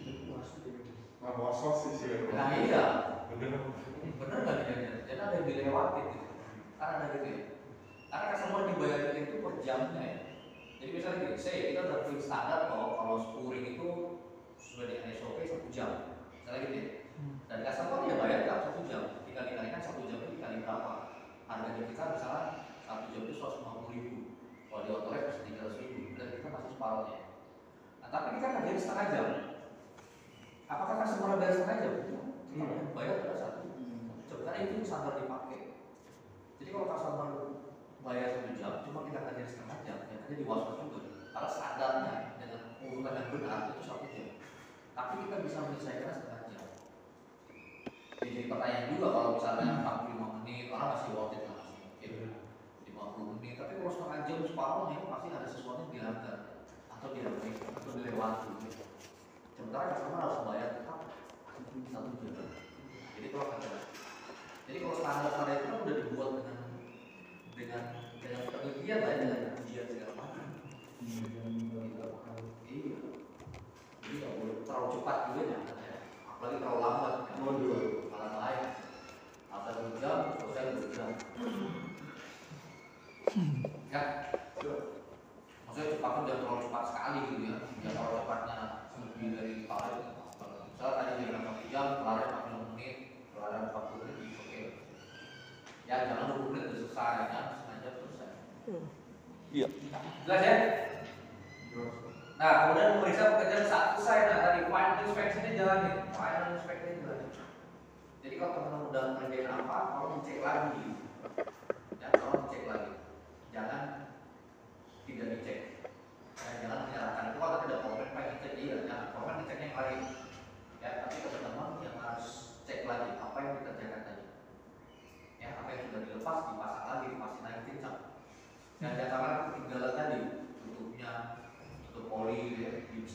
Nah iya. Bener gak nih? Jadi ada yang dilewatin gitu. Karena ada gitu ya. Karena customer dibayar itu per jamnya ya. Jadi misalnya gini, kita udah punya standar kalau spuring itu sesuai dengan SOP 1 jam. Misalnya gitu ya. Dan customer dia bayar kan 1 jam. Tinggal dikalikan 1 jam itu dikali berapa? Harga kita misalnya 1 jam itu 150.000. Kalau di otolet pasti 300.000. Dan kita masih separuhnya. Nah, tapi kita kerjain setengah jam. Apakah customer bayar setengah jam? Iya. Bayar adalah 1 jam. Karena itu standar dipakai. Jadi kalau customer bayar 1 jam, cuma kita kerjain setengah jam, ya nanti was-was juga. Karena standarnya dengan urutan yang benar itu 1 jam. Tapi kita bisa menyelesaikan setengah jam. Jadi pertanyaan juga kalau misalnya 45 menit, orang masih worth it lah masih 50 menit. Tapi kalau setengah jam separuhnya pasti ada sesuatu yang dilanggar. Atau tidak baik atau dilewati. Sementara customer harus bayar tetap 1 jam. Jadi kalau standar itu kan udah dibuat dengan penelitian lah, dengan ujian segala macam. Iya. Jadi nggak boleh terlalu cepat juga ya. Apalagi terlalu lambat. Malah bahaya. Atau 2 jam, selesai 2 jam. Ya. Maksudnya cepatnya jangan terlalu cepat sekali gitu ya. Jangan terlalu cepatnya lebih dari kepala itu. Misalnya tadi dia bilang 1 jam, kelar 40 menit, kelar 40 menit, oke. Ya jangan 20 menit udah selesai, ya setengah jam selesai. Iya. Jelas ya? Nah kemudian memeriksa pekerjaan saat selesai. Nah tadi final inspection-nya jalanin. Final inspection-nya jalanin. Jadi kalau teman-teman udah ngerjain apa, kalau dicek lagi. Ya kalau dicek lagi. Jangan tidak dicek. Jangan menyalahkan itu kalau tidak komen pengen cek dia, jangan komen diceknya yang lain. Ya, tapi teman-teman yang harus cek lagi apa yang dikerjakan tadi. Ya, apa yang sudah dilepas dipasang lagi, dipasin lagi kencang. Dan jangan sampai ketinggalan tadi tutupnya, tutup oli, ya,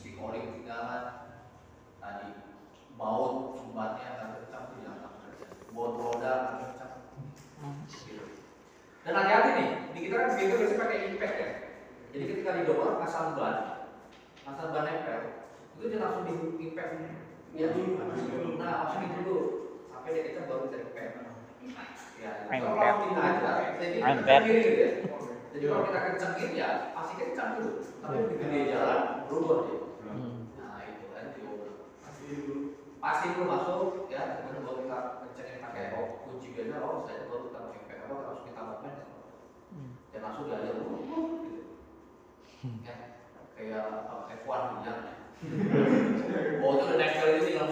bannya nggak kencang tuh jangan kerja. Bot roda nggak kencang. Gitu. Dan hati-hati nih, di kita kan bengkel biasanya pakai impact ya. Jadi ketika didorong asal ban nempel, itu dia langsung di impact. Ya, nah masukin dulu sampai dia kencang baru bisa impact. Ya, kalau kita aja, jadi kita kiri gitu ya. Jadi kalau kita kencengin ya pasti kencang dulu, tapi di gede jalan berubah dia. Nah itu kan pasti dulu masuk ya, kemudian baru kita kencengin pakai kunci biasa, saya baru kita pakai impact apa harus kita momen dan langsung diajar dulu. Ya, kayak F1 bilang. Oh itu udah nempel itu tinggal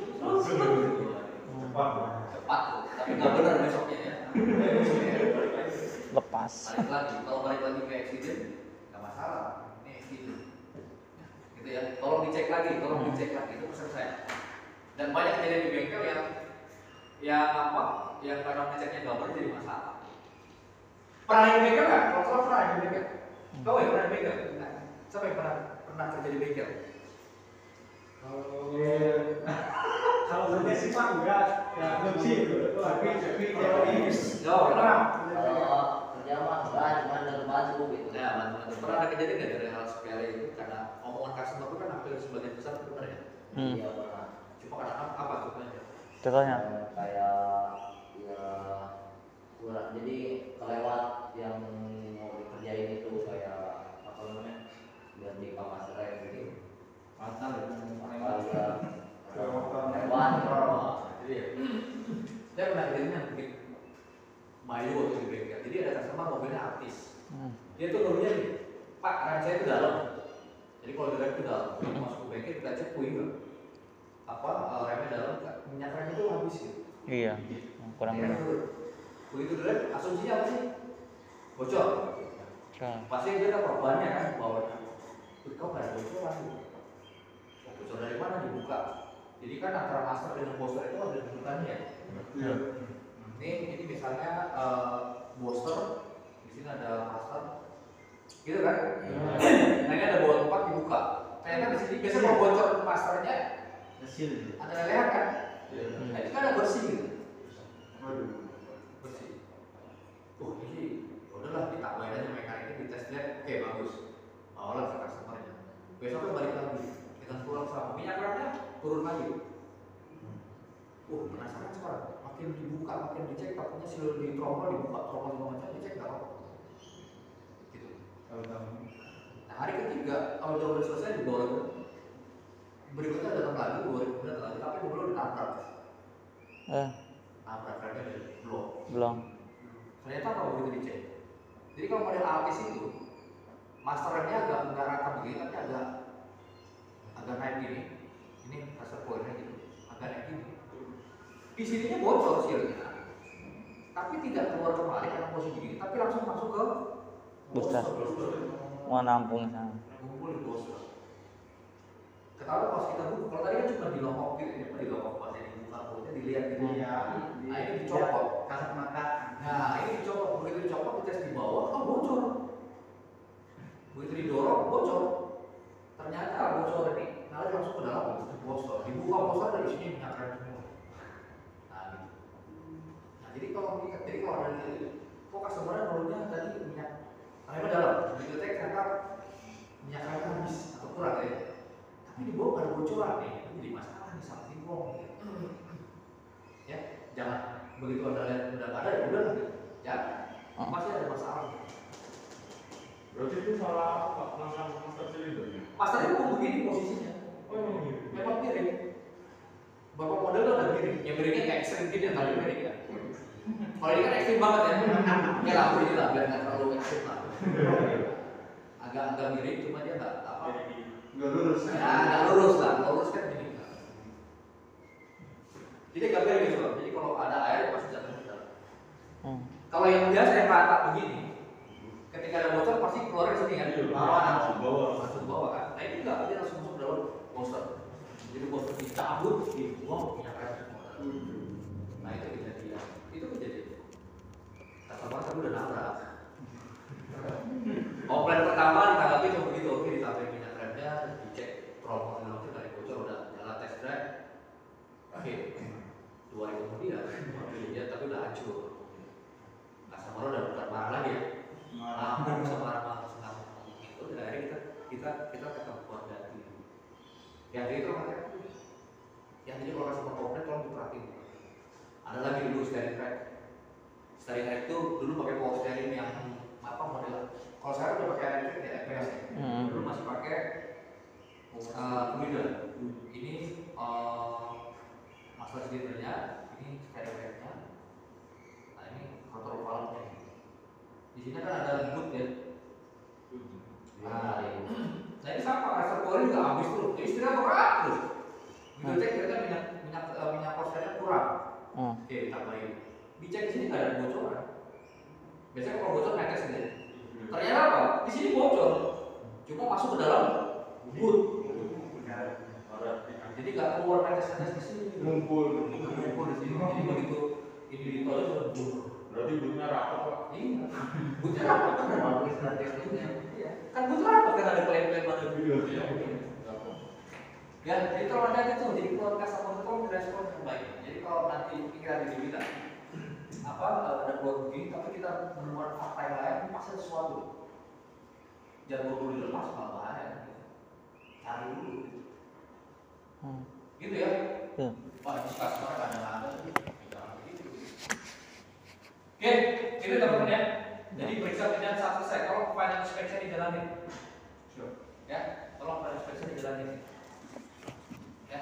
cepat tuh, tapi nggak benar besoknya ya. Lepas. Kalau balik lagi ke accident nggak masalah, ini accident. Gitu ya. Tolong dicek lagi itu pesan saya. Dan banyak kejadian di bengkel yang kadang ngeceknya nggak benar jadi masalah. Pernah di bengkel nggak? Kalau pernah di bengkel, kau ya pernah di bengkel? Siapa yang pernah kerja di bengkel? Kalau udah sih Pak enggak, ya kunci itu. Tapi kalau ini pernah. Kalau kerja mah enggak, cuma dalam baju gitu. Ya, mantu-mantu. Pernah ada kejadian nggak dari hal sepele itu? Karena omongan customer itu kan hampir sebagian besar benar ya. Iya pernah. Cuma karena apa contohnya? Contohnya? Kayak ya kurang. Jadi kelewat yang mau dikerjain itu kayak apa namanya? Ganti kapas rem gitu. Mantan Lewat. Jadi saya pernah kejadian bikin Mayu waktu di bengkel. Jadi ada customer mobilnya artis. Dia tuh nurunya nih, Pak, rem saya itu dalam. Jadi kalau di rem itu dalam, masuk ke bengkel kita cek puing nggak? Apa remnya dalam? Minyak rem itu habis gitu. Iya. Kurang Ya, benar. begitu di rem, asumsinya apa sih? Bocor. Pasti dia kan korbannya kan bawahnya. Kok nggak ada bocoran? Bocor dari mana dibuka? Jadi kan antara master dengan booster itu ada bentukannya ya. Iya. Ini misalnya booster, di sini ada master, gitu kan? Nah ini ada bawah tempat dibuka. Ternyata di sini biasanya kalau bocor masternya ada lelehan kan? Nah ini kan ada bersih gitu. Bersih. Ini udahlah ditambahin aja mekaniknya di tes lab, oke bagus. Bawalah ke customernya. Besoknya balik lagi dengan pulang sama minyak remnya turun lagi. Penasaran sekarang. Makin dibuka, makin dicek, takutnya silau di tromol dibuka, tromol segala macam dicek nggak apa. Gitu. Nah hari ketiga, kalau udah selesai dibawa lagi. Berikutnya datang lagi, 2000 datang lagi, tapi mobil udah nabrak. Nabrak remnya dari Belum. Ternyata kalau begitu dicek. Jadi kalau model Altis itu, master remnya agak nggak rata begini, tapi agak naik gini. Ini reservoirnya gitu, agak naik gini. Di sininya bocor silnya, tapi tidak keluar kemari karena posisi gini, tapi langsung masuk ke Booster. Mau nampung sana. Ngumpul di booster. Ketahuan pas kita buka, kalau tadi kan cuma dilongok gitu, ya, di longok pas ini buka mulutnya dilihat gitu. Iya. Nah ini dicopot. Kasat mata. Nah ini dicopot, begitu dicopot dites di bawah, bocor. Begitu didorong, bocor. Ternyata bocor ini ngalir langsung ke dalam booster. Dibuka booster dari sini minyak rem semua. Jadi kalau ada kok customer nurunnya tadi minyak remnya dalam, begitu cek ternyata minyak remnya habis atau kurang ya. Tapi di bawah ada bocoran nih, itu jadi masalah nih something wrong. Ya, jangan begitu anda lihat udah nggak ada ya udah gitu. Ya, pasti ada masalah. Berarti itu salah apa? Pasang master silindernya. Masternya memang begini posisinya. Oh iya. Memang miring. Bapak modelnya udah miring, yang miringnya kayak ekstrim gini yang tadi miring ya. Kalau ini kan ekstrim banget ya. Ya lah, ini lah biar nggak terlalu ekstrim lah. Agak miring, cuma dia nggak apa. Nggak lurus. Ya, nggak lurus lah. Nggak lurus kan gini. Jadi nggak miring gitu. Jadi kalau ada air ya pasti jatuh ke dalam. Kalau yang biasa yang rata begini, ketika ada bocor pasti keluar dari sini kan. Masuk bawah kan. Nah ini nggak, dia langsung masuk ke dalam booster. Jadi booster dicabut, dibuang minyak rem semua. Nah itu kejadian. Customer kan udah nabrak. Komplain pertama ditanggapi cuma begitu, oke ditambahin minyak remnya, dicek tromol segala macam dari bocor udah jalan test drive. Oke, 2 hari kemudian mobil dia tapi udah hancur. Customer udah bukan marah lagi ya, malah bisa marah-marah senang itu. Dan akhirnya kita tetap buat ganti. Yang itu makanya yang jadi kalau customer komplain tolong diperhatiin. Ada lagi dulu steering rack. Steering rack itu dulu pakai power steering yang apa model. Kalau sekarang udah pakai elektrik ya EPS. Dulu masih pakai fluida. Ini master cylindernya, ini steering racknya. Nah ini control valve-nya. Di sini kan ada boot ya. Nah ini sama, reservoir juga habis tuh. Jadi istilahnya berat terus. Kita cek ternyata minyak porsinya kurang. Oke, tambahin. Dicek di sini nggak ada kebocoran. Biasanya kalau bocor netes gitu. Ternyata apa? Di sini bocor. Cuma masuk ke dalam boot. Jadi nggak keluar netes-netes di sini. Ngumpul di sini. Jadi begitu ini ditolak sudah bocor. Berarti bootnya rapat Pak. Iya. Bootnya rapat kan ada bagus tekniknya. Kan boot rapat kan ada klaim-klaim ada video. Ya, jadi kalau ada itu, jadi kalau customer itu respon yang baik. Jadi kalau nanti kita diminta ada keluar begini, tapi kita menemukan fakta yang lain, pasti ada sesuatu. Jangan buru-buru dilepas, malah bahaya. Cari dulu. Gitu ya? Wah, ini customer kadang-kadang jangan begitu. Oke, itu teman-teman ya. Jadi periksa pindahan saat selesai. Tolong final inspection dijalanin. Ya, tolong final inspection dijalanin. Ya.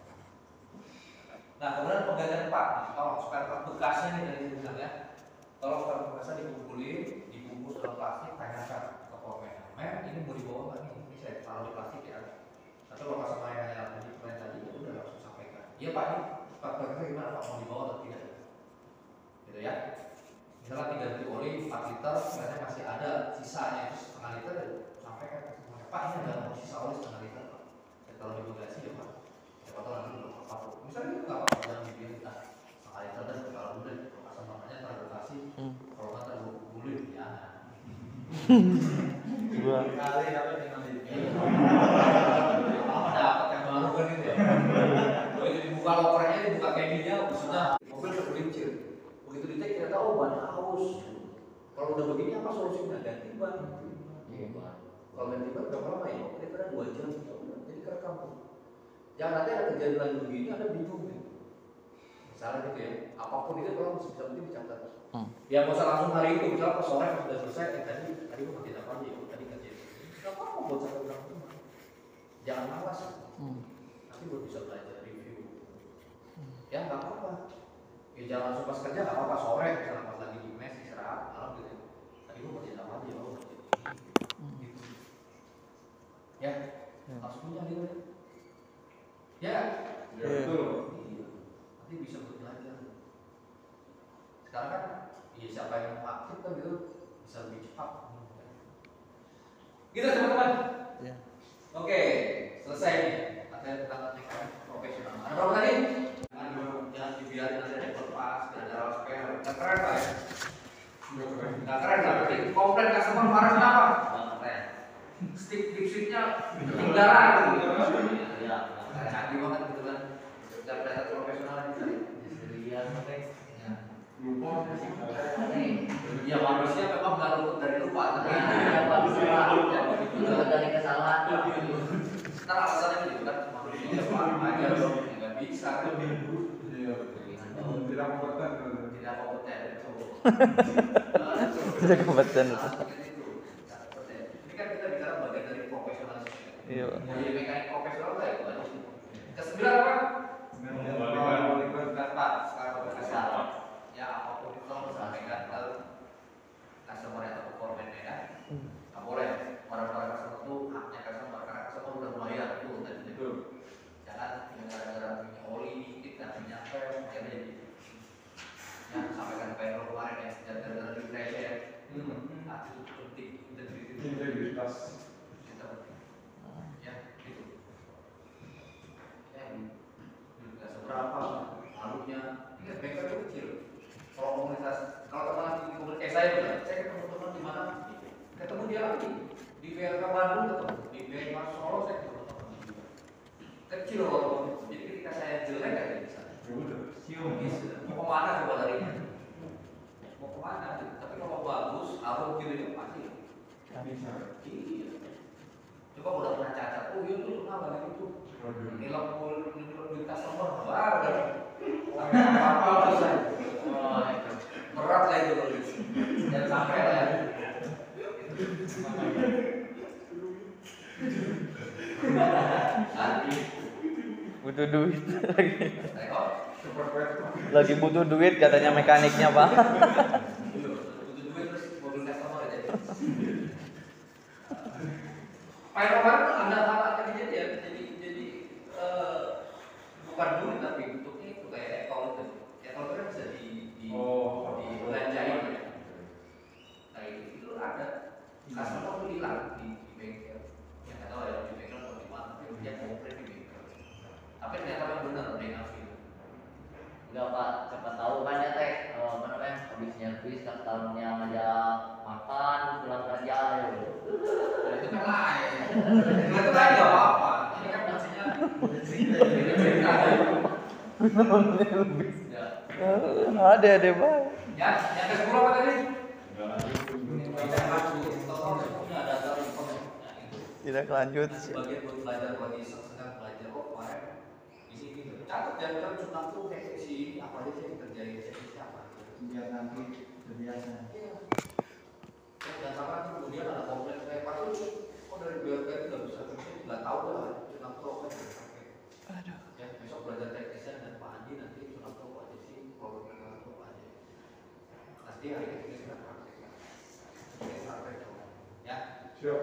Nah, kemudian penggantian part. Tolong spare part bekasnya nih dari bilang ya. Tolong spare part bekasnya dikumpulin, dibungkus dalam plastik, tanyakan ke pemain. Ini mau dibawa nggak nih? Ini saya taruh di plastik ya. Atau kalau customer yang nanya tadi, klien tadi, ya udah langsung sampaikan. Iya Pak, ini part bekasnya gimana Pak? Mau dibawa atau tidak? Gitu ya. Misalnya 3 liter oli 4 liter, ternyata masih ada sisanya itu setengah liter, sampaikan ke customer. Pak, ini ada sisa oli setengah liter Pak. Saya taruh di bagasi ya Pak. Siapa tahu nanti untuk apa? Misalnya itu nggak apa-apa, jangan dibiarkan kita sekali terus kalau boleh, asal makanya teredukasi, kalau nggak terbunuh ya. Dua Kali apa yang nanti? Apa dapat yang baru kan itu ya? Begitu dibuka lokernya, dibuka cabinnya, maksudnya mobil tergelincir. Begitu dicek kita tahu ban haus. Kalau udah begini apa solusinya? Ganti ban. Kalau ganti ban berapa lama ya? Kira-kira 2 jam. Jadi kerekam. Jangan nanti ada kejadian lagi begini, ada bingung nih. Misalnya gitu ya, apapun itu kalau bisa penting dicatat. Ya nggak usah langsung hari itu, misalnya pas sore pas sudah selesai, tadi gue ngerjain apa aja, tadi ngerjain. Gak apa-apa buat saya ulang rumah. Jangan malas. Nanti gue bisa belajar review. Ya nggak apa-apa. Ya jangan langsung pas kerja, nggak apa-apa sore, misalnya pas lagi di mes istirahat, malam gitu. Tadi gue ngerjain apa aja, gue ngerjain. Gitu. Ya, langsung punya gitu. Ya, Betul. iya. Nanti bisa belajar. Sekarang kan, ya siapa yang mau aktif kan gitu bisa lebih cepat. Gitu teman-teman. Ya. Oke, selesai nih. Materi tentang teknik profesional. Ada berapa tadi? Jangan dibiarin nanti ada lepas, tidak ada spare. Nggak keren lah ya. Nggak keren lah. Berarti komplain customer marah kenapa? Nggak keren. Lipsticknya ketinggalan. Iya. Canggih banget gitu kan. Sudah data profesional ini tadi. Iya, sampai. Lupa. Ya manusia memang nggak luput dari lupa. Tapi Yang bagus Pak. Dari kesalahan. ntar alasannya gitu kan. Manusia paham aja dong. Nggak bisa. Iya betul. Tidak kompeten. Tidak kompeten. Tidak kompeten. Ini kan kita bicara bagian dari profesionalisme. Iya. Jadi mekanik profesional lah itu aja. Kesembilan apa? Pak, sekarang berkasar. Ya apapun itu harus sampaikan ke customer atau performanya ya. Nggak boleh orang-orang customer itu haknya customer karena customer udah bayar itu tadi. Jangan gara-gara minyak oli dikit dan minyak rem jadi yang sampaikan ke vendor kemarin ya dan gara-gara di pressure ya. Nah itu penting Integritas. kita penting. Ya gitu. Ya nggak seberapa malunya. Ingat bengkel itu kecil. Kalau komunitas, kalau teman di komunitas saya ketemu teman di mana? Ketemu dia lagi di VRK Bandung ketemu, di VRK Solo saya ketemu teman juga. Kecil loh, jadi ketika saya jelek aja bisa. Siung. Mau kemana coba larinya? Mau kemana? Tapi kalau bagus, arung kirinya pasti. Iya. Coba udah pernah cacat, oh iya tuh kenapa lagi itu? Nilai duit customer, wah udah. Apa selesai? Wah itu berat lah itu kalau gitu. Jangan sampai lah ya. Butuh duit lagi. Rekor. Lagi butuh duit katanya mekaniknya, Pak. Butuh duit terus mobil customer aja. Kemarin ada hal terjadi ya, jadi bukan duit tapi bentuknya itu kayak ekol itu. Ekol itu kan bisa dibelanjain ya. Nah itu ada customer tuh hilang di bengkel. Ya nggak tahu ya di bengkel atau di mana, tapi dia komplain di bengkel. Tapi ternyata yang benar dia ngasih. Enggak Pak, siapa tahu kan ya teh apa namanya habis nyervis customernya ngajak makan pulang kerja ya. Nah, itu kan lain. Nah, itu lain nggak apa-apa. Ini kan maksudnya cerita. Ada deh, Pak. Ya, yang ke 10 apa tadi? Tidak lanjut. Sebagian buat belajar lagi sedang belajar kemarin di sini catat jangan sunat tuh kayak si ini apa aja sih yang dikerjain siapa? Biar nanti terbiasa. Dan sama kemudian ada kompleks kayak Pak tuh, kok dari BLK itu nggak bisa nggak tahu lah sunat pro kan pakai. Aduh. Ya besok belajar teknisnya dan Pak Andi nanti sunat pro aja sih produknya pro aja. Pasti hari ini kita praktek. Kita praktek ya. Siap.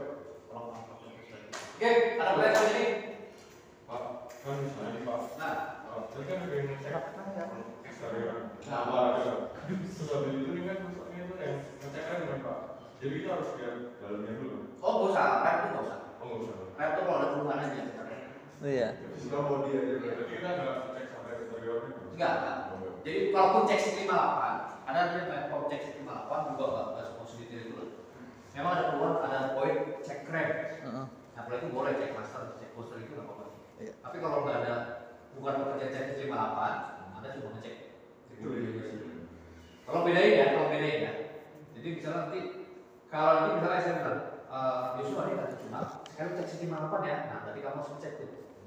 Oke, ada belajar ini. Pak, kan misalnya Pak. Nah, Ini kan ada yang ngecek eksternal. Nah, ada. Sesuatu itu ini kan masuknya itu yang ngecek kan dengan Pak. Jadi kita harus lihat dalamnya dulu. oh nggak usah, rep tuh nggak usah. Oh, nggak usah. Rep tuh kalau ada perubahan aja. Iya. Sudah body aja. Jadi kita nggak cek sampai eksteriornya. Enggak. Jadi kalaupun cek 58, ada namanya kalau cek 58 juga nggak semua sedetail dulu. Memang ada keluar ada poin cek rep. Nah, kalau itu boleh cek master, cek poster itu nggak apa-apa. Iya. Tapi kalau nggak ada, bukan pekerja cek 58, Anda cuma ngecek. Kalau bedain ya. Jadi misalnya nanti, kalau nanti misalnya saya bilang, Yosua ini nggak cuma, sekarang cek 58 ya. Nah, nanti kamu harus cek tuh.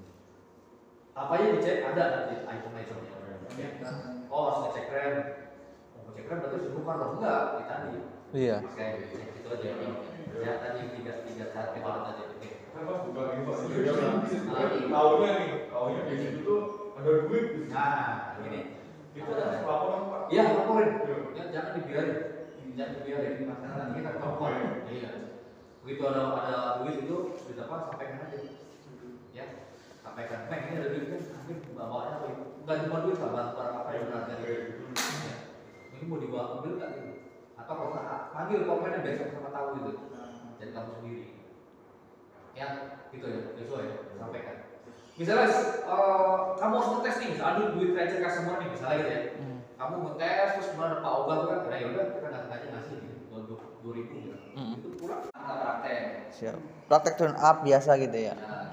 Apa aja dicek ada nanti item-itemnya. Oh, harus ngecek rem. Mau ngecek rem berarti sudah bukan enggak, ditanya. Iya. Kayak gitu aja. Ya tadi tiga saat kita tadi. Oke. Kenapa bukan ini Pak? Tahunya nih, tahunya di situ tuh ada duit. Nah, ini. Itu harus laporan Pak. Iya, laporin. Ya, jangan dibiarin. Masalah nanti kita telepon. Iya. Begitu ada duit itu sudah dapat sampaikan aja. Ya, sampaikan. Ini ada duit kan, mungkin bawanya apa? Bukan cuma duit, barang apa yang benar dari. Ini mau dibawa mobil nggak gitu? Atau kalau nggak panggil komplainnya besok sama tahu gitu. Jadi kamu sendiri. Ya, gitu ya, besok ya, sampaikan. Misalnya kamu harus ngetes nih, misalnya ada duit receh customer nih, misalnya gitu ya. Kamu ngetes terus kemudian Pak Oga tuh kan, nah yaudah kita nggak ngasih gitu, 2.000 gitu. Itu pulang kita praktek. Siap. Praktek turn up biasa gitu ya. Nah,